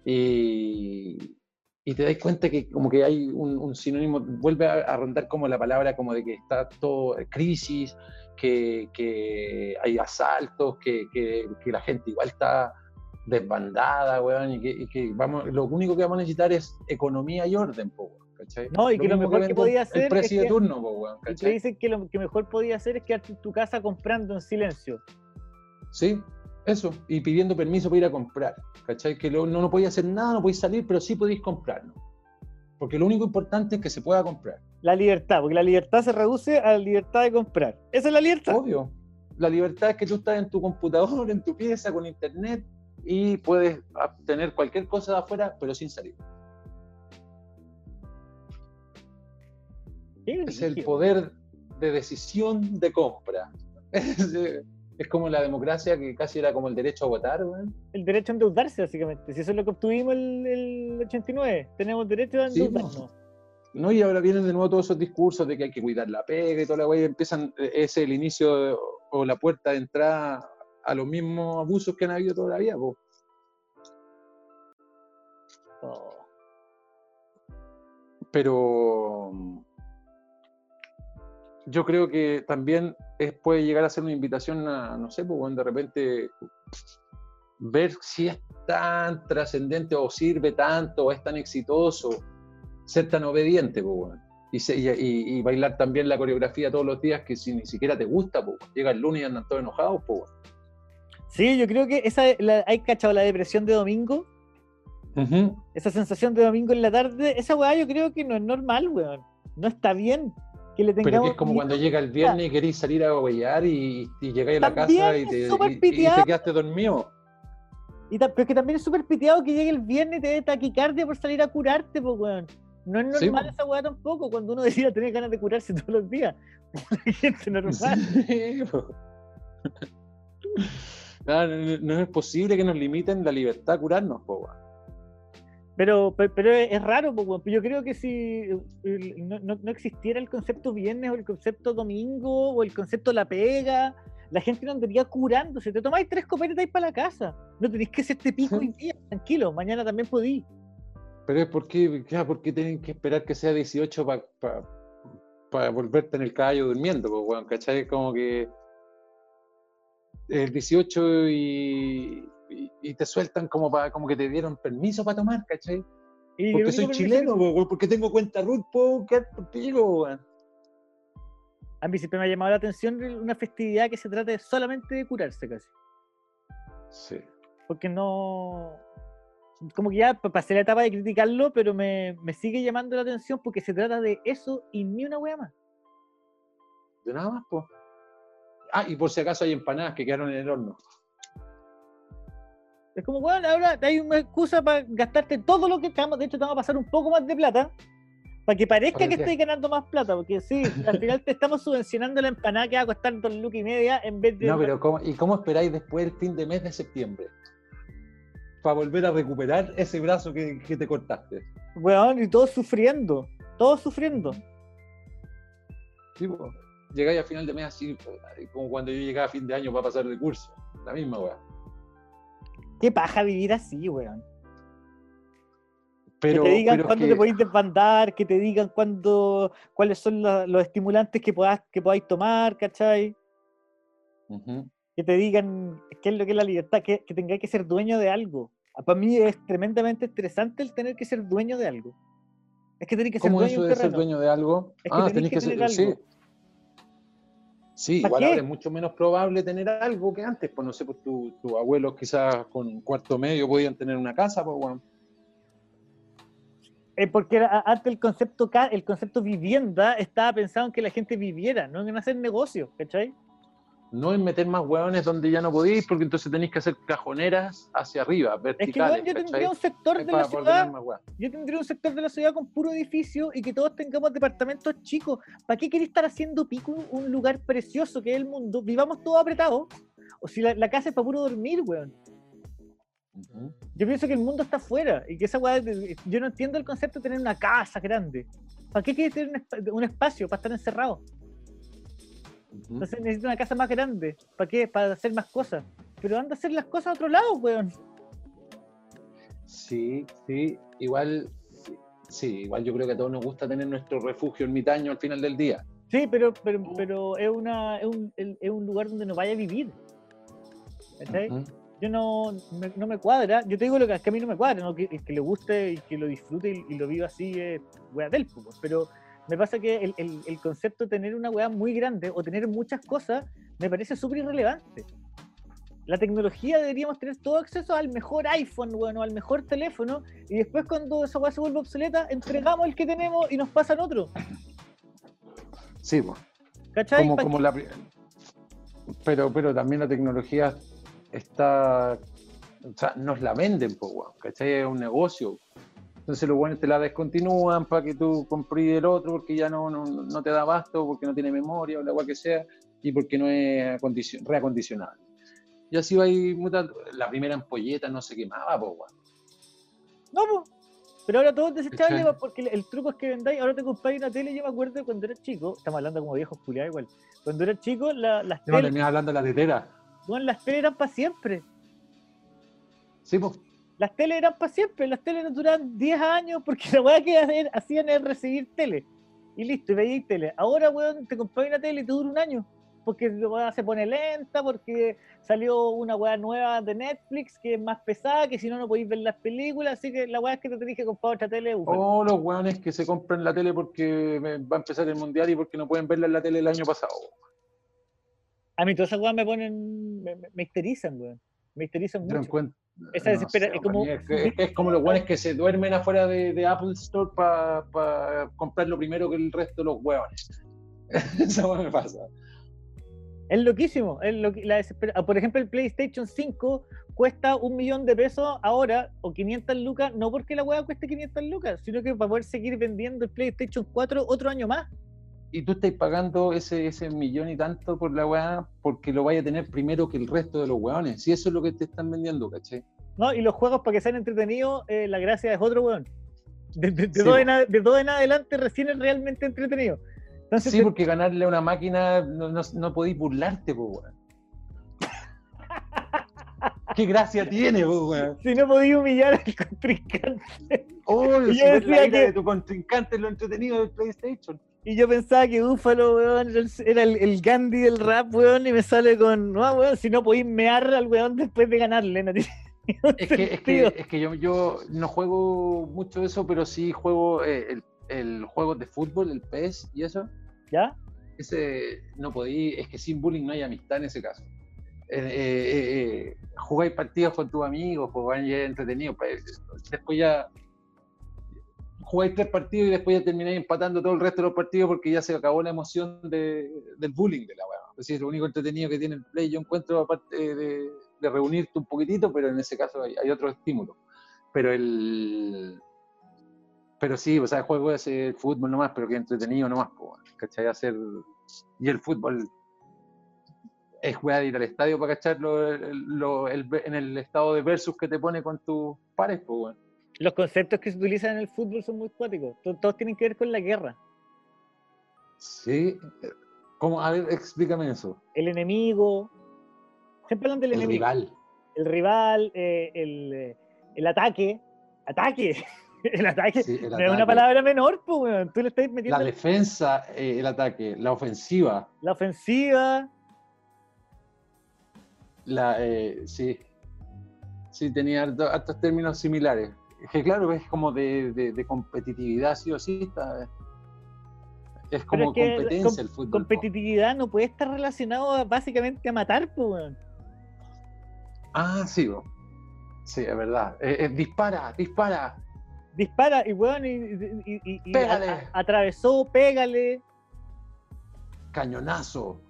Y te das cuenta que como que hay un sinónimo, vuelve a rondar como la palabra como de que está todo crisis, que hay asaltos, que la gente igual está desbandada, weón, y que lo único que vamos a necesitar es economía y orden, po, weón, ¿cachai? No, y que lo mismo mejor que vende podía hacer el precio es de que- turno, po, weón, Y te ¿cachai? dicen que lo que mejor podía hacer es quedarte en tu casa comprando en silencio. Sí, eso, y pidiendo permiso para ir a comprar, ¿cachai? Que no podéis hacer nada, no podéis salir, pero sí podéis comprarlo. Porque lo único importante es que se pueda comprar. La libertad, porque la libertad se reduce a la libertad de comprar. Esa es la libertad. Obvio. La libertad es que tú estás en tu computador, en tu pieza, con internet, y puedes obtener cualquier cosa de afuera, pero sin salir. Qué Es el brígido. poder de decisión de compra. Es como la democracia, que casi era como el derecho a votar, weón. El derecho a endeudarse, básicamente. Si eso es lo que obtuvimos el 89, tenemos derecho a Sí, endeudarnos. ¿No? Y ahora vienen de nuevo todos esos discursos de que hay que cuidar la pega y toda la weá, y empiezan, ese es el inicio o la puerta de entrada a los mismos abusos que han habido todavía, po. Oh. Pero yo creo que también puede llegar a ser una invitación a, no sé, pues, bueno, de repente ver si es tan trascendente o sirve tanto o es tan exitoso ser tan obediente, pues, bueno. Y bailar también la coreografía todos los días que si ni siquiera te gusta, pues, llega el lunes y andan todos enojados, pues, bueno. Sí, yo creo que ¿hay cachado la depresión de domingo? Uh-huh. Esa sensación de domingo en la tarde, esa weá yo creo que no es normal, weón. No está bien que le tengamos. Pero que es como cuando llega el viernes y queréis salir a huellar y llegáis a la También casa y es te súper piteado. quedaste dormido. Pero es que también es súper piteado que llegue el viernes y te dé taquicardia por salir a curarte, pues, weón. No es Sí, normal po. esa weá tampoco, cuando uno decía tener ganas de curarse todos los días. Una gente normal. Sí, po. No es posible que nos limiten la libertad a curarnos, po, weón. Pero es raro, po, weón. Yo creo que si no existiera el concepto viernes o el concepto domingo o el concepto la pega, la gente no andaría curándose. Te tomáis 3 copetas y te vais para la casa. No tenéis que hacerte pico hoy día, tranquilo, mañana también podí. Pero es porque tienen que esperar que sea 18 para volverte en el caballo durmiendo, pues, weón, ¿cachai? Como que el 18 y te sueltan como que te dieron permiso para tomar, ¿cachai? Y Porque lo soy único chileno, weón, porque tengo cuenta RUT, puedo quedar contigo, weón. A mí siempre me ha llamado la atención una festividad que se trate solamente de curarse casi. Sí. Porque no... Como que ya pasé la etapa de criticarlo, pero me sigue llamando la atención porque se trata de eso y ni una wea más. De nada más, pues. Ah, y por si acaso hay empanadas que quedaron en el horno. Es como, bueno, ahora hay una excusa para gastarte todo lo que estamos. De hecho, te vamos a pasar un poco más de plata para que parezca que estés ganando más plata. Porque sí, al final te estamos subvencionando la empanada que va a costar 2,5 lucas en vez de. No, pero ¿cómo esperáis después el fin de mes de septiembre? Para volver a recuperar ese brazo que te cortaste. Weón, y todos sufriendo. Todos sufriendo. Sí, pues. Llegáis a final de mes así, como cuando yo llegaba a fin de año para pasar de curso. La misma weá. Qué paja vivir así, weón. Pero, que te digan pero cuándo te podéis desbandar, que te digan cuáles son los estimulantes que podáis tomar, ¿cachai? Uh-huh. Que te digan qué es lo que es la libertad, que tengáis que ser dueño de algo. Para mí es tremendamente estresante el tener que ser dueño de algo. Es que tenés que ser ¿Cómo dueño eso de un de ser terreno. dueño de algo? Es que tenés que tener ser, algo. sí. Sí, ¿Para igual qué? ahora es mucho menos probable tener algo que antes. Pues no sé, pues tus abuelos quizás con cuarto medio podían tener una casa, pues bueno. Porque antes el concepto vivienda estaba pensado en que la gente viviera, no en hacer negocios, ¿cachai? No en meter más hueones donde ya no podéis, porque entonces tenéis que hacer cajoneras hacia arriba, Es que verticales. bueno, yo ¿cachai? tendría un sector de la Para poder ciudad. tener más hueá. Yo tendría un sector de la ciudad con puro edificio y que todos tengamos departamentos chicos. ¿Para qué queréis estar haciendo pico un lugar precioso que es el mundo? Vivamos todos apretados. O si la casa es para puro dormir, weón. Uh-huh. Yo pienso que el mundo está afuera y que esa weá, yo no entiendo el concepto de tener una casa grande. ¿Para qué quieres tener un espacio para estar encerrado? Uh-huh. Entonces necesito una casa más grande. ¿Para qué? Para hacer más cosas. Pero anda a hacer las cosas a otro lado, weón. Sí, igual yo creo que a todos nos gusta tener nuestro refugio ermitaño al final del día. Sí, pero es un lugar donde no vaya a vivir. ¿Cachai? Uh-huh. Yo no me cuadra. Yo te digo lo que a mí no me cuadra, ¿no? Que le guste y que lo disfrute y lo viva así es weá del pues. Pero me pasa que el concepto de tener una weá muy grande o tener muchas cosas me parece súper irrelevante. La tecnología deberíamos tener todo acceso al mejor iPhone, bueno, al mejor teléfono, y después cuando esa weá se vuelve obsoleta, entregamos el que tenemos y nos pasan otro. Sí, pues. ¿Cachai? Pero también la tecnología está, o sea, nos la venden, pues, weón, ¿cachai? Es un negocio. Entonces los buenos te la descontinúan para que tú compres el otro porque ya no te da abasto, porque no tiene memoria o la cual que sea, y porque no es reacondicionable. Y así va a ir mutando. La primera ampolleta no se quemaba, pues, weón. No, pues. Pero ahora todo es desechable ¿Cachai? porque el truco es que vendáis, ahora te compráis una tele. Yo me acuerdo de cuando era chico, estamos hablando como viejos culiados igual. Cuando era chico, las No, teles, terminas hablando de la tetera. bueno, las teles eran para siempre. Sí, pues. Las teles eran para siempre, las teles no duraban 10 años porque la weá que hacían era recibir tele. Y listo, y veíais tele. Ahora, weón, te compras una tele y te dura un año. Porque la weá se pone lenta, porque salió una weá nueva de Netflix que es más pesada, que si no, no podéis ver las películas. Así que la weá es que te tenés que comprar otra tele. O los weones que se compran la tele porque va a empezar el mundial y porque no pueden verla en la tele el año pasado. A mí todas esas weas me ponen, me histerizan, weón. Me histerizan Yo mucho. encuentro, Esa desespera, sé, es como... es como los weones que se duermen afuera de Apple Store para comprarlo primero que el resto de los weones. Eso me pasa. Es loquísimo. La desespera. Por ejemplo, el PlayStation 5 cuesta $1.000.000 ahora, o 500 lucas, no porque la wea cueste 500 lucas, sino que para poder seguir vendiendo el PlayStation 4 otro año más. Y tú estás pagando ese millón y tanto por la weá porque lo vaya a tener primero que el resto de los weones. Si eso es lo que te están vendiendo, ¿cachai? No, y los juegos para que sean entretenidos, la gracia es otro weón. De Sí, dos en adelante recién es realmente entretenido. Entonces, Sí, porque ganarle a una máquina no podís burlarte, pues, weón. ¿Qué gracia tiene, pues, weón? si no podía humillar al contrincante. Oh, Y si yo ves la decía ira que- de tu contrincante es lo entretenido del PlayStation. Y yo pensaba que Búfalo, weón, era el Gandhi del rap, weón, y me sale con, no, weón, si no podéis mear al weón después de ganarle, no tiene ningún sentido. Es que yo no juego mucho eso, pero sí juego el juego de fútbol, el PES y eso. ¿Ya? Ese no podí, es que sin bullying no hay amistad en ese caso. Jugáis partidos con tus amigos, jugáis ya entretenido. Después ya jugáis 3 partidos y después ya termináis empatando todo el resto de los partidos porque ya se acabó la emoción del bullying de la weá. Es decir, lo único entretenido que tiene el play, yo encuentro, aparte de reunirte un poquitito, pero en ese caso hay otro estímulo. Pero sí, o sea, el juego es el fútbol nomás, pero que entretenido nomás, ¿cachai? Y el fútbol es jugar de ir al estadio para cacharlo en el estado de versus que te pone con tus pares, pues, bueno. Los conceptos que se utilizan en el fútbol son muy cuáticos. Todos tienen que ver con la guerra. Sí. ¿Cómo? A ver, explícame eso. El enemigo. Siempre hablan del El enemigo. rival. El rival, el ataque. ¡Ataque! El ataque Sí, el no es una ataque. palabra menor, pues, weón. Tú le estás metiendo La defensa, el ataque, la ofensiva. la ofensiva. Sí. Sí, tenía hartos términos similares. Es que claro, es como de competitividad, sí o sí. Es como Pero es que competencia el fútbol. competitividad no puede estar relacionado básicamente a matar, pues, weón. Ah, sí, sí, es verdad. Dispara. Dispara y weón, y Pégale. atravesó, pégale. Cañonazo.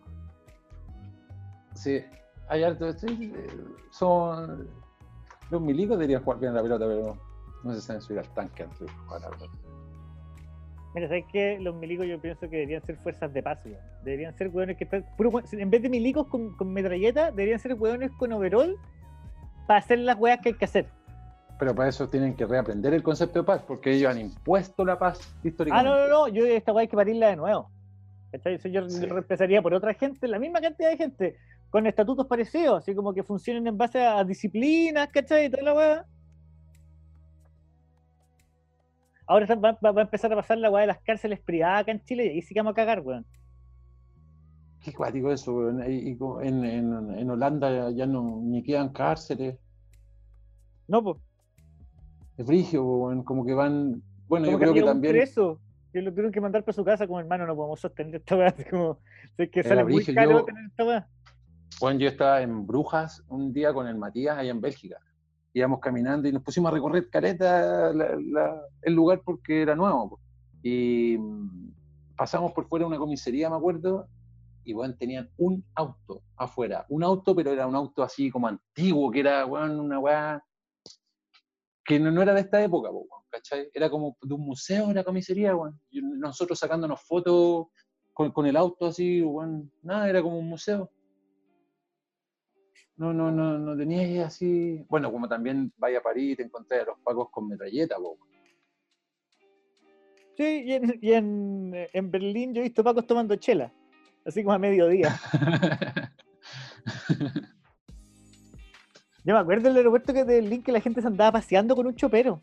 Sí, hay harto. Sí, son. Los milicos deberían jugar bien la pelota, pero no se saben subir al tanque antes de jugar la pelota. Mira, ¿sabes qué? Los milicos yo pienso que deberían ser fuerzas de paz, weón. Deberían ser weones que están. En vez de milicos con metralleta, deberían ser weones con overall para hacer las weas que hay que hacer. Pero para eso tienen que reaprender el concepto de paz, porque ellos han impuesto la paz históricamente. No. Yo esta wea hay que parirla de nuevo. ¿Cachai? Eso yo Sí. lo reemplazaría por otra gente, la misma cantidad de gente, con estatutos parecidos, así como que funcionen en base a disciplinas, ¿cachai? Y toda la wea. Ahora va a empezar a pasar la weá de las cárceles privadas acá en Chile y ahí sí que vamos a cagar, weón. Qué cuático eso, weón. En Holanda ya no ni quedan cárceles. No, pues. Es brigio, weón. Como que van. Bueno, Como yo creo que había un también. preso que lo tuvieron que mandar para su casa como hermano, no podemos sostener esta weá, así como, es que Era sale muy brigio, caro yo- tener esta weá. Bueno, yo estaba en Brujas un día con el Matías allá en Bélgica. Íbamos caminando y nos pusimos a recorrer careta el lugar porque era nuevo, po. Y pasamos por fuera de una comisaría, me acuerdo, y bueno, tenían un auto afuera. Un auto, pero era un auto así como antiguo, que era, bueno, una weá que no era de esta época, po, ¿cachai? Era como de un museo, la comisaría, weón. Y nosotros sacándonos fotos con el auto así, weón. Nada, era como un museo. No tenía así. Bueno, como también vaya a París y te encontré a los pacos con metralleta, po. Sí, y en Berlín yo he visto pacos tomando chela, así como a mediodía. Yo me acuerdo del aeropuerto de Berlín que la gente se andaba paseando con un chopero.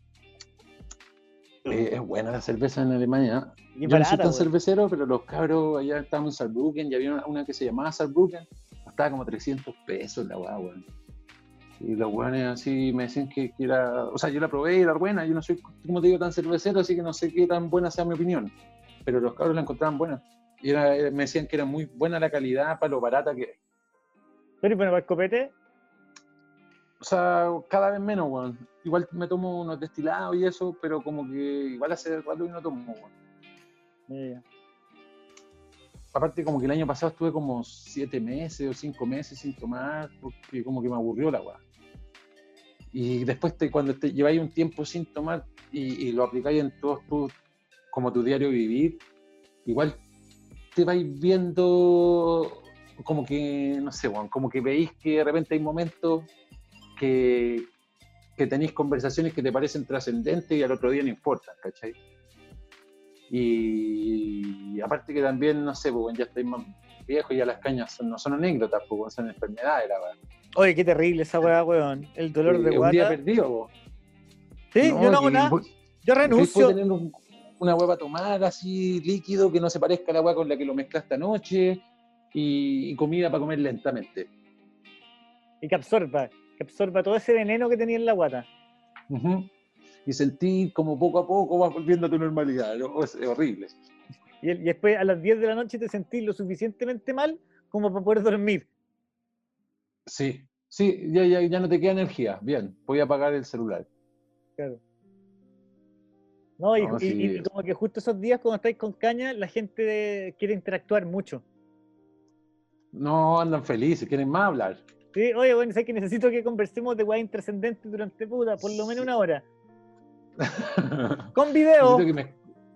Es buena la cerveza en Alemania. Y Yo no barata, soy tan weón. cervecero, pero los cabros allá estaban en Saarbrücken y había una que se llamaba Saarbrücken. Costaba como 300 pesos la weá, weón. Y los weones así me decían que era. O sea, yo la probé y era buena. Yo no soy, como te digo, tan cervecero, así que no sé qué tan buena sea mi opinión. Pero los cabros la encontraban buena. Y me decían que era muy buena la calidad para lo barata que. Pero bueno, para el copete, O sea, cada vez menos, weón. Igual me tomo unos destilados y eso, pero como que igual hace rato que no tomo, weón. Aparte, como que el año pasado estuve como 7 meses o 5 meses sin tomar, porque como que me aburrió la weá. Y después, cuando te lleváis un tiempo sin tomar y lo aplicáis en todos como tu diario vivir, igual te vais viendo como que, no sé, weón, como que veis que de repente hay momentos que tenéis conversaciones que te parecen trascendentes y al otro día no importan, ¿cachai? Y aparte que también, no sé, pues ya estáis más viejos y ya las cañas no son anécdotas, pues son enfermedades, la verdad. Oye, qué terrible esa weá, weón. El dolor de Un día guata. perdido, po. Sí, yo no hago que nada. vos- Yo que renuncio. puedes tener una hueá para tomar así, líquido, que no se parezca a la hueá con la que lo mezclaste anoche, y comida para comer lentamente. Y que absorba todo ese veneno que tenía en la guata. Ujú. Y sentir como poco a poco vas volviendo a tu normalidad, ¿no? Es horrible. Y después a las 10 de la noche te sentís lo suficientemente mal como para poder dormir. Sí, sí, ya no te queda energía. Bien, voy a apagar el celular. Claro. No, y, No, y- sí. y como que justo esos días cuando estáis con caña, la gente quiere interactuar mucho. No andan felices, quieren más hablar. Sí, oye, bueno, sé que necesito que conversemos de weá intrascendente durante puta, por lo menos Sí. 1 hora. Con video. Necesito que me...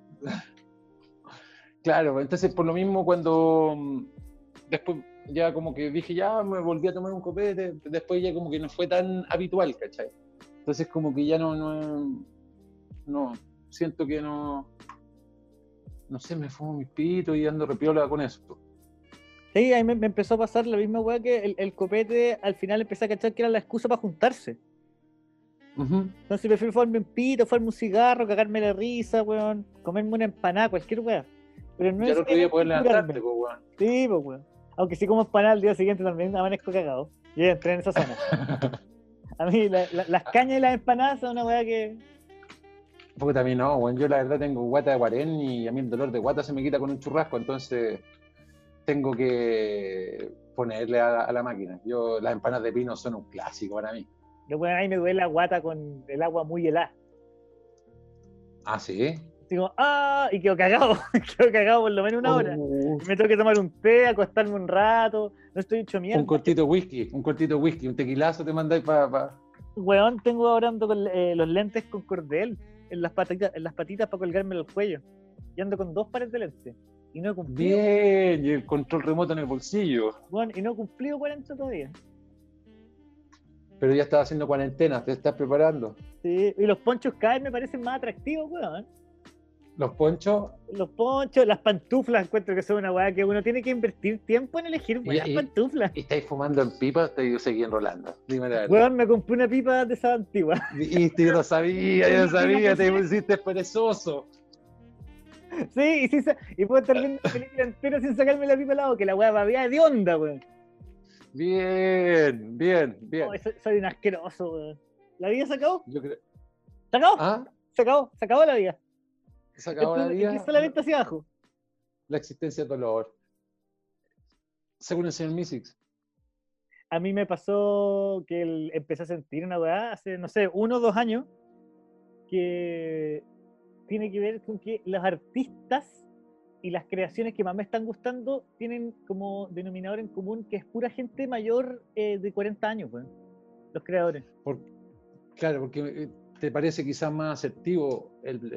Claro, entonces por lo mismo cuando después ya como que dije, ya me volví a tomar un copete, después ya como que no fue tan habitual, ¿cachai? Entonces como que ya no siento que no sé, me fumo mis pitos y ando repiola con eso. Sí, a mí me empezó a pasar la misma weá que el copete, al final empecé a cachar que era la excusa para juntarse. Ujú. Entonces prefiero fumarme un pito, fumarme un cigarro, cagarme la risa, weón, comerme una empanada, cualquier weá. Pero no Ya el otro día poder necesariamente levantarte, curarme. pues, weón. Sí, pues weón. Aunque sí como empanada al día siguiente también amanezco cagado. Yo ya entré en esa zona. A mí las cañas y las empanadas son una weá que... Porque también no, weón. Yo la verdad tengo guata de guarén y a mí el dolor de guata se me quita con un churrasco, entonces tengo que ponerle a la máquina. Las empanadas de pino son un clásico para mí. Yo, weón, ahí me duele la guata con el agua muy helada. Ah, ¿sí? Digo, ¡ah! Y quedo cagado. Quedo cagado por lo menos 1 hora. Y me tengo que tomar un té, acostarme un rato. No estoy hecho mierda. Un cortito whisky, un tequilazo te mandáis para... Weón, tengo ahora ando con los lentes con cordel en las patitas para colgarme el cuello. Y ando con 2 pares de lentes. Y no he cumplido. Bien, y el control remoto en el bolsillo. Weón, y no he cumplido 40 todavía. Pero ya estás haciendo cuarentena, te estás preparando. Sí, y los ponchos cada vez me parecen más atractivos, weón. Los ponchos, Los ponchos, las pantuflas, encuentro que son una weá que uno tiene que invertir tiempo en elegir buenas pantuflas. ¿y estáis fumando en pipa o yo seguí enrolando? Dime la verdad. Weón, me compré una pipa de esa antigua. Y yo lo sabía, te pusiste perezoso. Sí, y puedo estar viendo la película entera sin sacarme la pipa al lado, que la weá babea de onda, weón. Bien. Oh, soy un asqueroso, weón. ¿La vida se acabó? Yo creo... ¿Se acabó? ¿Ah? Se acabó la vida. ¿Se acabó la vida? Empieza solamente hacia abajo. La existencia del dolor. Según el señor Misix. A mí me pasó que empecé a sentir una weá hace, no sé, 1 o 2 años, que tiene que ver con que los artistas y las creaciones que más me están gustando tienen como denominador en común que es pura gente mayor de 40 años, weón. Los creadores. Claro, porque te parece quizás más asertivo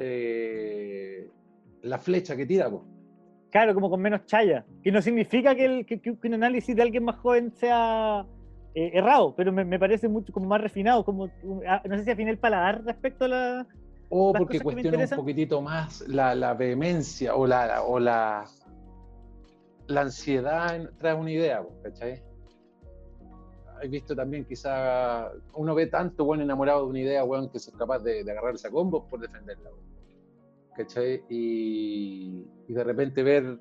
la flecha que tira, po. Claro, como con menos chaya. Que no significa que un análisis de alguien más joven sea errado, pero me parece mucho como más refinado, como no sé si afiné el paladar respecto a las Porque cosas que me cuestiona un interesan. poquitito más la vehemencia o la ansiedad tras una idea, po, ¿cachai? He visto también quizá uno ve tanto bueno enamorado de una idea, weón, que es capaz de agarrarse a combos por defenderla, weón. ¿Cachai? Y de repente ver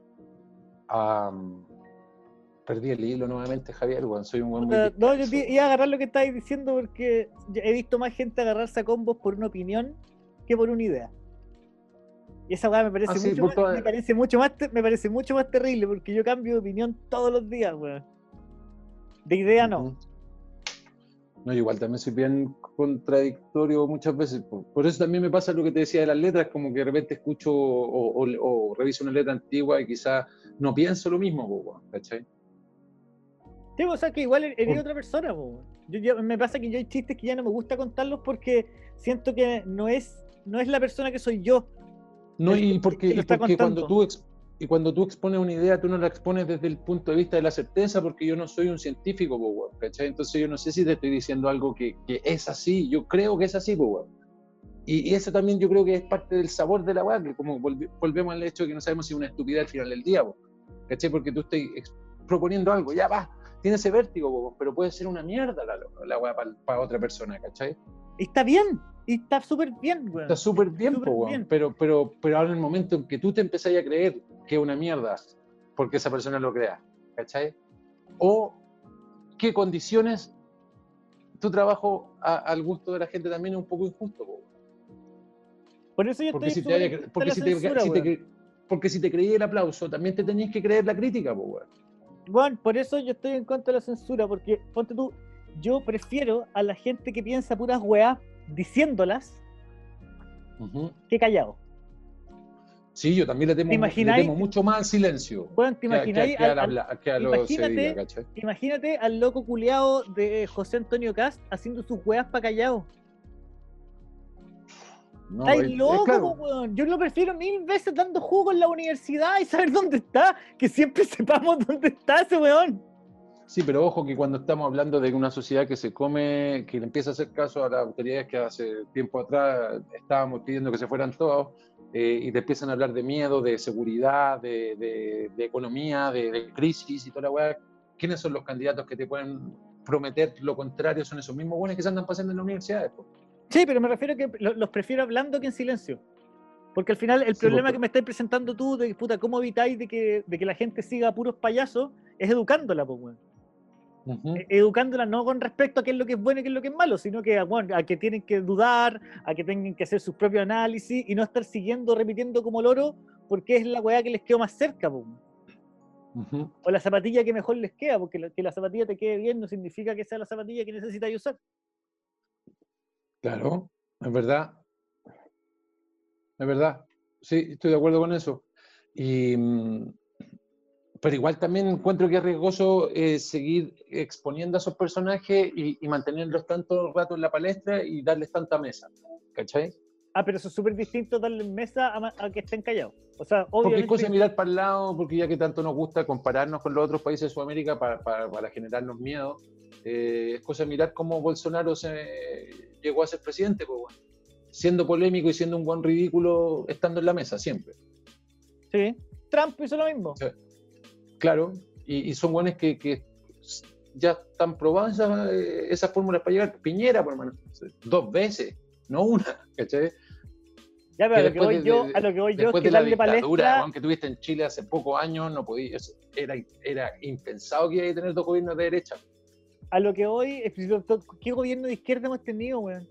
perdí el hilo nuevamente, Javier, weón, soy un buen muy No, yo disperso. iba a agarrar lo que estabas diciendo porque he visto más gente agarrarse a combos por una opinión que por una idea. Y esa weá me parece sí, mucho por más, toda- me parece mucho más terrible porque yo cambio de opinión todos los días, weón. De idea no. Ujú. No, yo igual también soy bien contradictorio muchas veces. Por eso también me pasa lo que te decía de las letras, como que de repente escucho o reviso una letra antigua y quizás no pienso lo mismo, weón, ¿cachai? Sí, o sea que igual eres otra persona, po. Me pasa que yo hay chistes que ya no me gusta contarlos porque siento que no es la persona que soy yo. No, El y que porque lo está cuando contando. Y cuando tú expones una idea, tú no la expones desde el punto de vista de la certeza, porque yo no soy un científico, po, weón, ¿cachai? Entonces yo no sé si te estoy diciendo algo que es así, yo creo que es así, po, weón. Y eso también yo creo que es parte del sabor de la weá, que como volvemos al hecho de que no sabemos si es una estupidez al final del día, po, ¿cachai? Porque tú estás proponiendo algo, ya va, tiene ese vértigo, po, pero puede ser una mierda la weá para otra persona, ¿cachai? Está bien, y está súper bien, weón. Está súper bien, súper po, weón. bien. Pero ahora en el momento en que tú te empezás a creer que es una mierda, porque esa persona lo crea, ¿cachai? O qué condiciones tu trabajo al gusto de la gente también es un poco injusto, po. Por eso yo Porque estoy si súper te, en contra de porque la si te, censura, si te weón. cre- porque si te creí el aplauso, también te tenías que creer la crítica, po, weón. Bueno, por eso yo estoy en contra de la censura, porque, ponte tú, yo prefiero a la gente que piensa puras weas diciéndolas Uh-huh. que callado. Sí, yo también le temo mucho más al silencio. Bueno, ¿te imagináis? Que a lo se diga, ¿cachai? Imagínate al loco culeado de José Antonio Cast haciendo sus weas para callado. No, ¡Ay, loco, claro. weón! Yo lo prefiero 1000 veces dando jugo en la universidad y saber dónde está, que siempre sepamos dónde está ese weón. Sí, pero ojo que cuando estamos hablando de una sociedad que se come, que le empieza a hacer caso a las autoridades que hace tiempo atrás estábamos pidiendo que se fueran todos, y te empiezan a hablar de miedo, de seguridad, de economía, de crisis y toda la weá, ¿quiénes son los candidatos que te pueden prometer lo contrario? Son esos mismos buenos que se andan pasando en las universidades, po. Sí, pero me refiero a que los prefiero hablando que en silencio. Porque al final el Sí, problema porque- que me estáis presentando tú de puta, ¿cómo evitáis de que la gente siga a puros payasos? Es educándola, pues, weón. Ujú. Educándola no con respecto a qué es lo que es bueno y qué es lo que es malo, sino que bueno, a que tienen que dudar, a que tengan que hacer sus propios análisis y no estar siguiendo, repitiendo como loro, porque es la weá que les quedó más cerca, pues. Ujú. O la zapatilla que mejor les queda, porque que la zapatilla te quede bien no significa que sea la zapatilla que necesitáis usar. Claro, es verdad. Es verdad, sí, estoy de acuerdo con eso. Pero igual también encuentro que es riesgoso seguir exponiendo a esos personajes y mantenerlos tanto rato en la palestra y darles tanta mesa, ¿cachai? Ah, pero eso es súper distinto darle mesa a que estén callados. O sea, Porque es obviamente. cosa de mirar para el lado, porque ya que tanto nos gusta compararnos con los otros países de Sudamérica para generarnos miedo, es cosa de mirar cómo Bolsonaro llegó a ser presidente, pues, bueno, siendo polémico y siendo un buen ridículo, estando en la mesa siempre. Sí. Trump hizo lo mismo. Sí. Claro, y son buenos que ya están probadas esas fórmulas para llegar. Piñera, por hermano, 2 veces, no una, ¿cachai? Ya, pero Que a lo que voy yo, es después que de la darle dictadura, palestra. weón, que tuviste en Chile hace pocos años, no podías, era impensado que iba a tener 2 gobiernos de derecha. A lo que voy, ¿qué gobierno de izquierda hemos tenido, weón?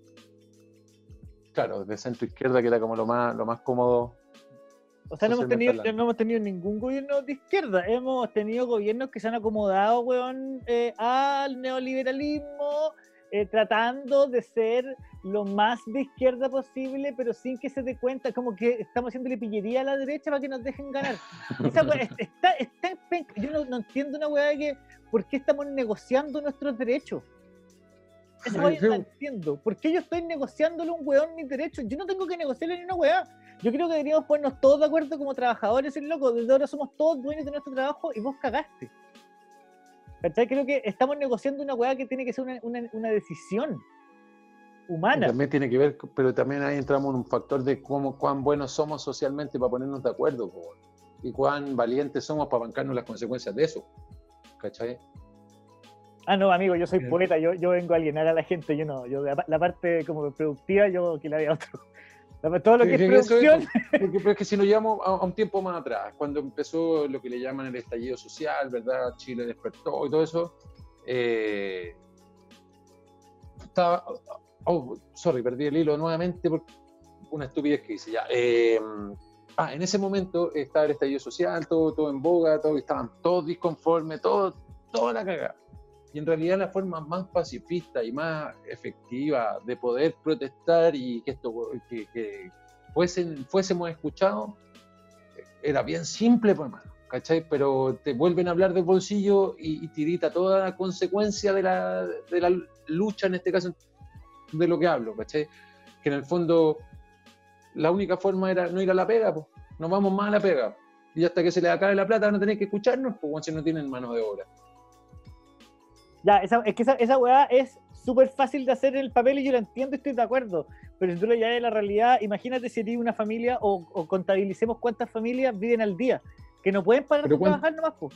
Claro, de centro izquierda, que era como lo más cómodo. O sea, no socialmente hemos tenido ningún gobierno de izquierda. Hemos tenido gobiernos que se han acomodado, weón, al neoliberalismo, tratando de ser lo más de izquierda posible, pero sin que se dé cuenta, como que estamos haciéndole pillería a la derecha para que nos dejen ganar. Esa weá está en penca. Yo no entiendo una weá de que, ¿por qué estamos negociando nuestros derechos? Esa weá yo no la entiendo. ¿Por qué yo estoy negociándole a un weón mis derechos? Yo no tengo que negociarle ni una weá. Yo creo que deberíamos ponernos todos de acuerdo como trabajadores, el loco. Desde ahora somos todos dueños de nuestro trabajo y vos cagaste. ¿Cachai? Creo que estamos negociando una weá que tiene que ser una decisión humana. También tiene que ver, pero también ahí entramos en un factor de cuán buenos somos socialmente para ponernos de acuerdo, y cuán valientes somos para bancarnos las consecuencias de eso, ¿cachai? Ah, no, amigo, yo soy poeta, yo vengo a alienar a la gente, yo no, yo la parte como productiva, yo que la vea otro. Todo lo que es producción. Pero es que si nos llevamos a un tiempo más atrás, cuando empezó lo que le llaman el estallido social, ¿verdad? Chile despertó y todo eso, estaba... perdí el hilo nuevamente por una estupidez que hice ya. En ese momento estaba el estallido social, todo en boga, estaban todos disconformes, toda la cagada. Y en realidad la forma más pacifista y más efectiva de poder protestar y que fuésemos escuchados era bien simple, pues, hermano, ¿cachai? Pero te vuelven a hablar del bolsillo y tirita toda la consecuencia de la lucha, en este caso, de lo que hablo, ¿cachai? Que en el fondo la única forma era no ir a la pega, pues. Nos vamos más a la pega. Y hasta que se les acabe la plata van a tener que escucharnos, pues, si no tienen mano de obra. Ya, es que esa weá es súper fácil de hacer en el papel y yo lo entiendo y estoy de acuerdo. Pero si tú lo llevas a la realidad, imagínate si tienes una familia o contabilicemos cuántas familias viven al día, que no pueden parar de trabajar nomás, pues.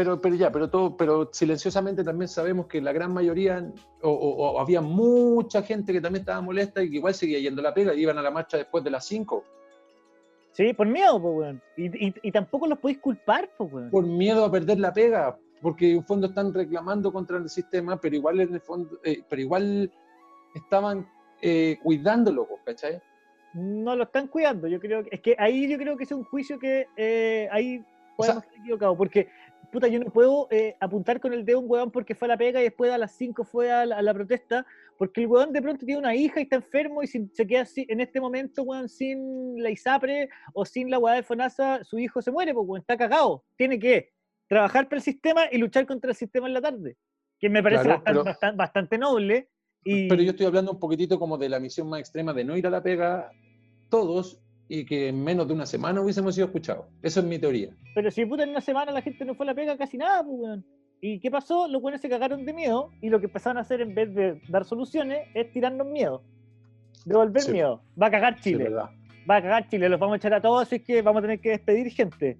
Pero silenciosamente también sabemos que la gran mayoría, o había mucha gente que también estaba molesta y que igual seguía yendo a la pega y iban a la marcha después de las 5. Sí, por miedo, pues, weón. Y tampoco los podéis culpar, pues, weón. Por miedo a perder la pega, porque en el fondo están reclamando contra el sistema, pero igual en el fondo, pero igual estaban cuidándolo, ¿cachai? No lo están cuidando, yo creo es que ahí yo creo que es un juicio que ahí podemos estar equivocados, porque puta, yo no puedo apuntar con el dedo a un huevón porque fue a la pega y después a las 5 fue a la protesta, porque el huevón de pronto tiene una hija y está enfermo y se queda en este momento, huevón, sin la ISAPRE o sin la hueá de FONASA, su hijo se muere, porque está cagado, tiene que trabajar para el sistema y luchar contra el sistema en la tarde, que me parece bastante noble. Pero yo estoy hablando un poquitito como de la misión más extrema de no ir a la pega todos y que en menos de una semana hubiésemos sido escuchados. Eso es mi teoría. Pero si puta en una semana la gente no fue a la pega casi nada, pues, weón. ¿Y qué pasó? Los buenos se cagaron de miedo y lo que empezaron a hacer en vez de dar soluciones es tirarnos miedo. Devolver miedo. Va a cagar Chile. Sí, verdad. Va a cagar Chile. Los vamos a echar a todos, así que vamos a tener que despedir gente.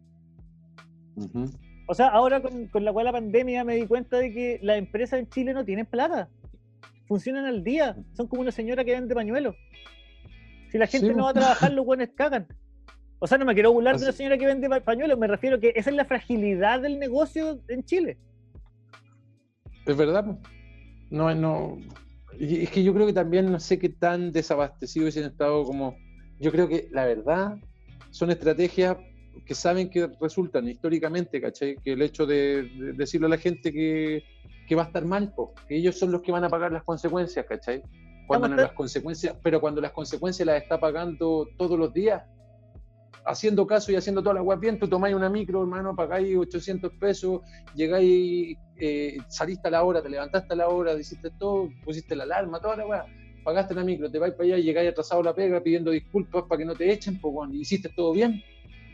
Uh-huh. O sea, ahora con la pandemia me di cuenta de que las empresas en Chile no tienen plata. Funcionan al día. Son como una señora que vende pañuelos. Si la gente no va a trabajar, los buenos cagan. O sea, no me quiero burlar de una señora que vende pañuelos, me refiero a que esa es la fragilidad del negocio en Chile. Es verdad. No. Es que yo creo que también no sé qué tan desabastecido hubiesen estado como... Yo creo que la verdad son estrategias que saben que resultan históricamente, ¿cachai? Que el hecho de decirle a la gente que va a estar mal, que ellos son los que van a pagar las consecuencias, ¿cachai? Cuando las consecuencias las está pagando todos los días, haciendo caso y haciendo toda la web bien. Tú tomáis una micro, hermano, pagáis 800 pesos, llegáis, saliste a la hora, te levantaste a la hora, hiciste todo, pusiste la alarma, toda la web, pagaste la micro, te vais para allá y llegáis atrasado a la pega pidiendo disculpas para que no te echen, pues bueno, hiciste todo bien.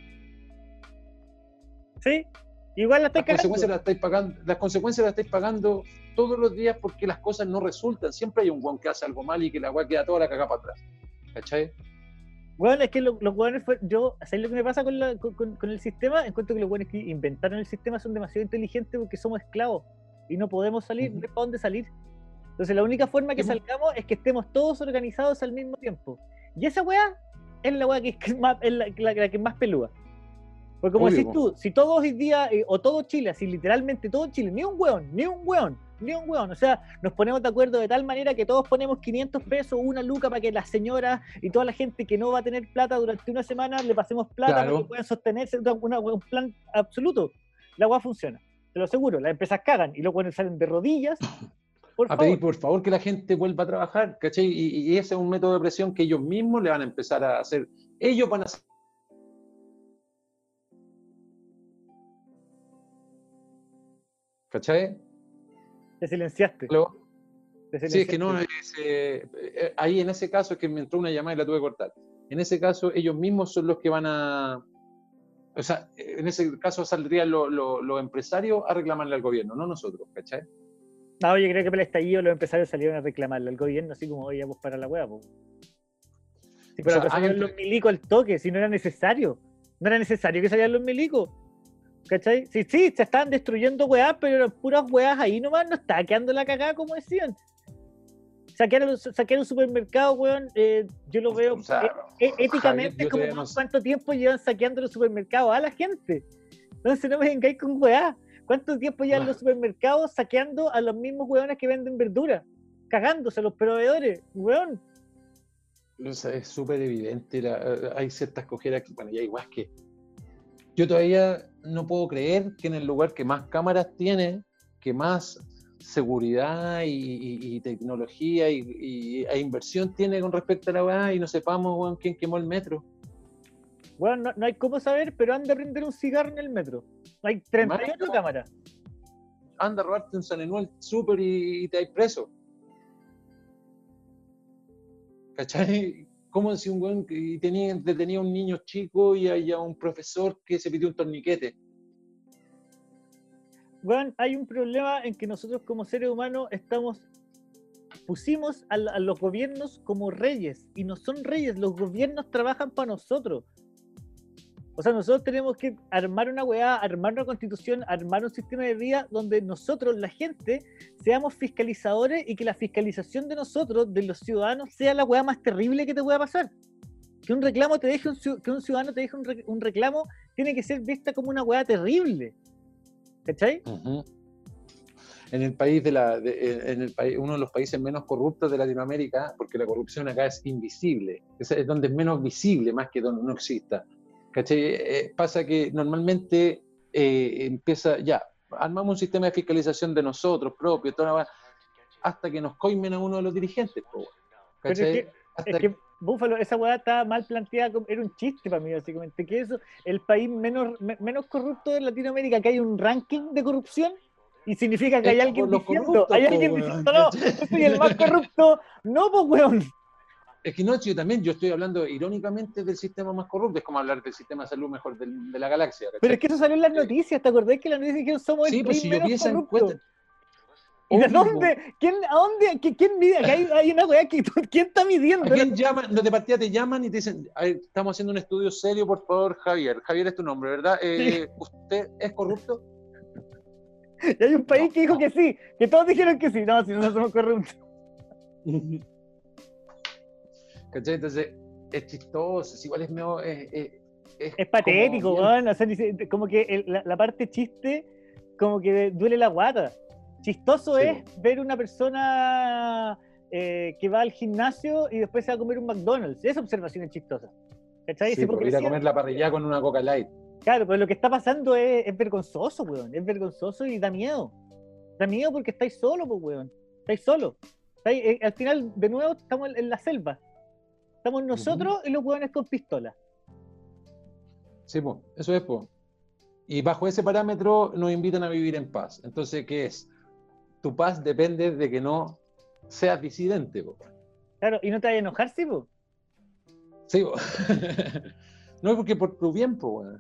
Sí, igual las consecuencias las estáis pagando todos los días porque las cosas no resultan. Siempre hay un guan que hace algo mal y que la weá queda toda la cagada para atrás. ¿Cachai? Bueno, es que los guanes ¿sabes lo que me pasa con el sistema? Encuentro que los guanes que inventaron el sistema son demasiado inteligentes porque somos esclavos y no podemos salir, no hay para dónde salir. Entonces la única forma que salgamos es que estemos todos organizados al mismo tiempo. Y esa weá es la weá que es más, la que es más pelúa. Porque como decís tú, si todos hoy día, o todo Chile, así literalmente todo Chile, ni un weón, o sea, nos ponemos de acuerdo de tal manera que todos ponemos 500 pesos, una luca para que las señoras y toda la gente que no va a tener plata durante una semana le pasemos plata para que puedan sostenerse, un plan absoluto. La weá funciona, te lo aseguro, las empresas cagan y los weones salen de rodillas. Pedir por favor que la gente vuelva a trabajar, ¿cachai? Y ese es un método de presión que ellos mismos le van a empezar a hacer. Ellos van a hacer. ¿Cachai? Te silenciaste. Sí, es que no, ahí en ese caso es que me entró una llamada y la tuve que cortar. En ese caso ellos mismos son los que van a... O sea, en ese caso saldrían los empresarios a reclamarle al gobierno, no nosotros, ¿cachai? No, yo creo que para el estallido los empresarios salieron a reclamarle al gobierno, así como, oye, vamos para la hueá, po. Sí, pero salieron los milicos al toque, si no era necesario. No era necesario que salieran los milicos. ¿Cachai? Sí, se estaban destruyendo weás, pero eran puras weás ahí nomás, no estaba quedando la cagada como decían. Saquear un supermercado, weón, yo lo veo éticamente, Javier, como cuánto tiempo llevan saqueando los supermercados a la gente. Entonces no me vengáis con weás. ¿Cuánto tiempo llevan los supermercados saqueando a los mismos weones que venden verdura? Cagándose a los proveedores, weón. O sea, es súper evidente, hay ciertas cojeras que, bueno, ya igual que yo todavía no puedo creer que en el lugar que más cámaras tiene, que más seguridad y tecnología e inversión tiene con respecto a la weá y no sepamos, weón, quién quemó el metro. Bueno, no hay cómo saber, pero anda a prender un cigarro en el metro. Hay 38 cámaras. Anda a robarte un San Enuel súper y te hay preso. ¿Cachai? ¿Cómo si un weón detenía a un niño chico y hay a un profesor que se pidió un torniquete? Weón, hay un problema en que nosotros como seres humanos pusimos a los gobiernos como reyes, y no son reyes, los gobiernos trabajan para nosotros. O sea, nosotros tenemos que armar una weá, armar una constitución, armar un sistema de vida donde nosotros, la gente, seamos fiscalizadores, y que la fiscalización de nosotros, de los ciudadanos, sea la weá más terrible que te pueda pasar. Que un reclamo te deje, que un ciudadano te deje un reclamo, tiene que ser vista como una weá terrible. ¿Cachai? Uh-huh. En el país uno de los países menos corruptos de Latinoamérica, porque la corrupción acá es invisible, es donde es menos visible más que donde no exista. ¿Cachai? Pasa que normalmente empieza, ya, armamos un sistema de fiscalización de nosotros propios, hasta que nos coimen a uno de los dirigentes. ¿Cachai? Pero es que Búfalo, esa weá estaba mal planteada, era un chiste para mí, básicamente, que eso, el país menos corrupto de Latinoamérica, que hay un ranking de corrupción, y significa que hay alguien diciendo, no, yo soy el más corrupto, no, pues weón. Es que no, yo estoy hablando irónicamente del sistema más corrupto, es como hablar del sistema de salud mejor de la galaxia. ¿Cachai? Pero es que eso salió en las noticias, ¿te acordás que las noticias dijeron somos el país menos corrupto? ¿Y de dónde? ¿A dónde? ¿Quién mide? Hay una weá que ¿quién está midiendo? ¿A quién llama? No, de partida te llaman y te dicen, estamos haciendo un estudio serio, por favor, Javier. Javier es tu nombre, ¿verdad? Sí. ¿Usted es corrupto? Y hay un país que dijo que sí, que todos dijeron que sí. No, si no somos corruptos. ¿Cachai? Entonces, es chistoso, es igual es medio... Es patético, weón. O sea, como que la parte chiste, como que duele la guata. Chistoso sí. Es ver una persona que va al gimnasio y después se va a comer un McDonald's. Esa observación es chistosa. ¿Cachai? Sí, por ir a comer la parrilla con una Coca Light. Claro, pero lo que está pasando es vergonzoso, weón. Es vergonzoso y da miedo. Da miedo porque estáis solos, pues, weón. Estáis solos. Al final, de nuevo, estamos en la selva. Estamos nosotros y los weones con pistola. Sí, pues, eso es, pues. Y bajo ese parámetro nos invitan a vivir en paz. Entonces, ¿qué es? Tu paz depende de que no seas disidente, po. Claro, y no te vayas a enojar, sí, po. Sí, po. No es porque por tu bien, po, weón.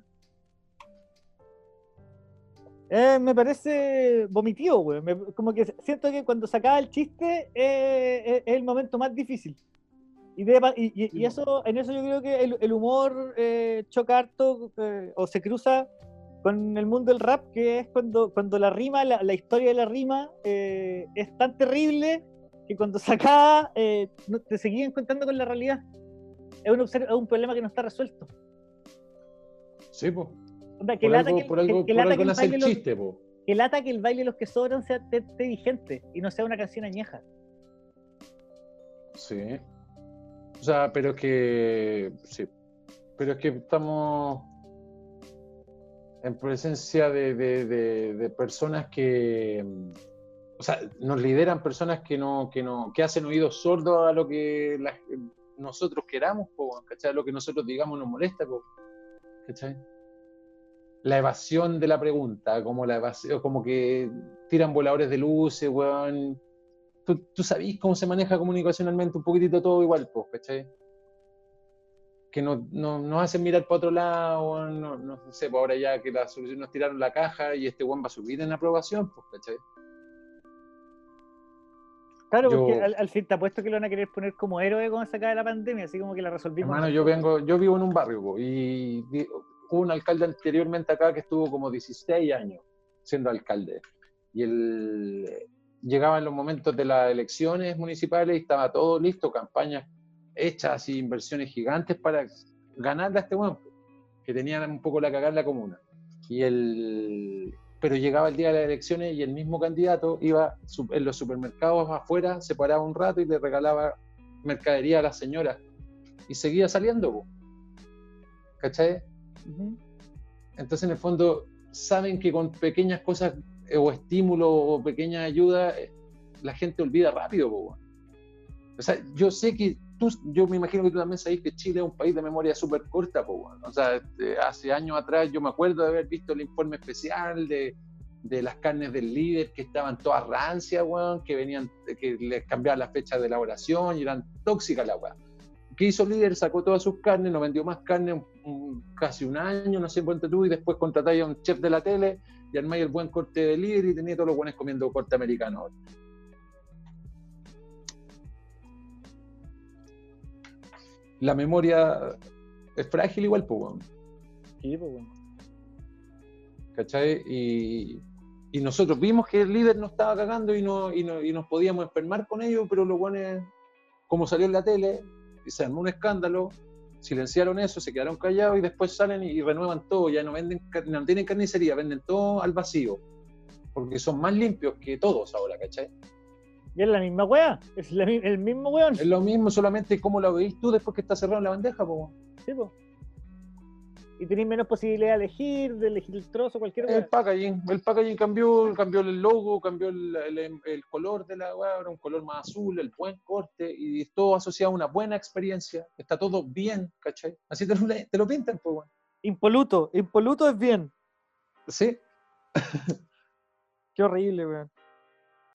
Me parece vomitivo, güey. Como que siento que cuando se acaba el chiste es el momento más difícil. Y eso, en eso yo creo que el humor choca harto o se cruza con el mundo del rap, que es cuando la rima, la historia de la rima es tan terrible que cuando se acaba te seguís encontrando con la realidad. Es un problema que no está resuelto. Sí, pues. Que lata que el baile de los que sobran sea esté vigente y no sea una canción añeja. Sí. O sea, pero es que estamos en presencia de personas que, o sea, nos lideran personas que hacen oídos sordos a lo que nosotros queramos, ¿cachai? Lo que nosotros digamos nos molesta, ¿cachai? La evasión de la pregunta, como que tiran voladores de luces, weón. Tú sabís cómo se maneja comunicacionalmente un poquitito todo igual, ¿cachai? Que nos hacen mirar para otro lado, no sé, ahora ya que la solución nos tiraron la caja y este weón va a subir en aprobación, ¿cachai? Claro, porque al fin te apuesto que lo van a querer poner como héroe cuando se acabe la pandemia, así como que la resolvimos. Hermano, yo vivo en un barrio, y hubo un alcalde anteriormente acá que estuvo como 16 años siendo alcalde. Y llegaban los momentos de las elecciones municipales y estaba todo listo, campañas hechas y inversiones gigantes para ganarle a este weón, que tenían un poco la cagada en la comuna. Pero llegaba el día de las elecciones y el mismo candidato iba en los supermercados afuera, se paraba un rato y le regalaba mercadería a las señoras. Y seguía saliendo, ¿cachai? Uh-huh. Entonces, en el fondo, saben que con pequeñas cosas o estímulos o pequeñas ayudas, la gente olvida rápido, O sea, yo sé que yo me imagino que tú también sabés que Chile es un país de memoria súper corta, O sea, hace años atrás yo me acuerdo de haber visto el informe especial de las carnes del líder que estaban todas rancias, que les cambiaban la fecha de elaboración y eran tóxicas la weá. ¿Qué hizo Líder? Sacó todas sus carnes, no vendió más carne casi un año, no sé, ponte tú, y después contratáis a un chef de la tele y armáis el buen corte de Líder y tenía todos los buenos comiendo corte americano ahora. La memoria es frágil igual, pues, weón. Sí, pues, bueno. ¿Cachai? Y nosotros vimos que el Líder nos estaba cagando y nos podíamos enfermar con ello, pero los buenos, como salió en la tele, se armó un escándalo, silenciaron eso, se quedaron callados y después salen y renuevan todo, ya no venden, no tienen carnicería, venden todo al vacío, porque son más limpios que todos ahora, ¿cachai? Y es la misma weá, es el mismo weón. Es lo mismo, solamente cómo lo veis tú después que está cerrado en la bandeja, po. Sí, po. Y tenéis menos posibilidad de elegir el trozo, cualquier weá. El packaging cambió el logo, cambió el color de la weá, ahora un color más azul, el buen corte, y todo asociado a una buena experiencia, está todo bien, ¿cachai? Así te lo pintan, pues, weón. Impoluto es bien. Sí. Qué horrible, weón.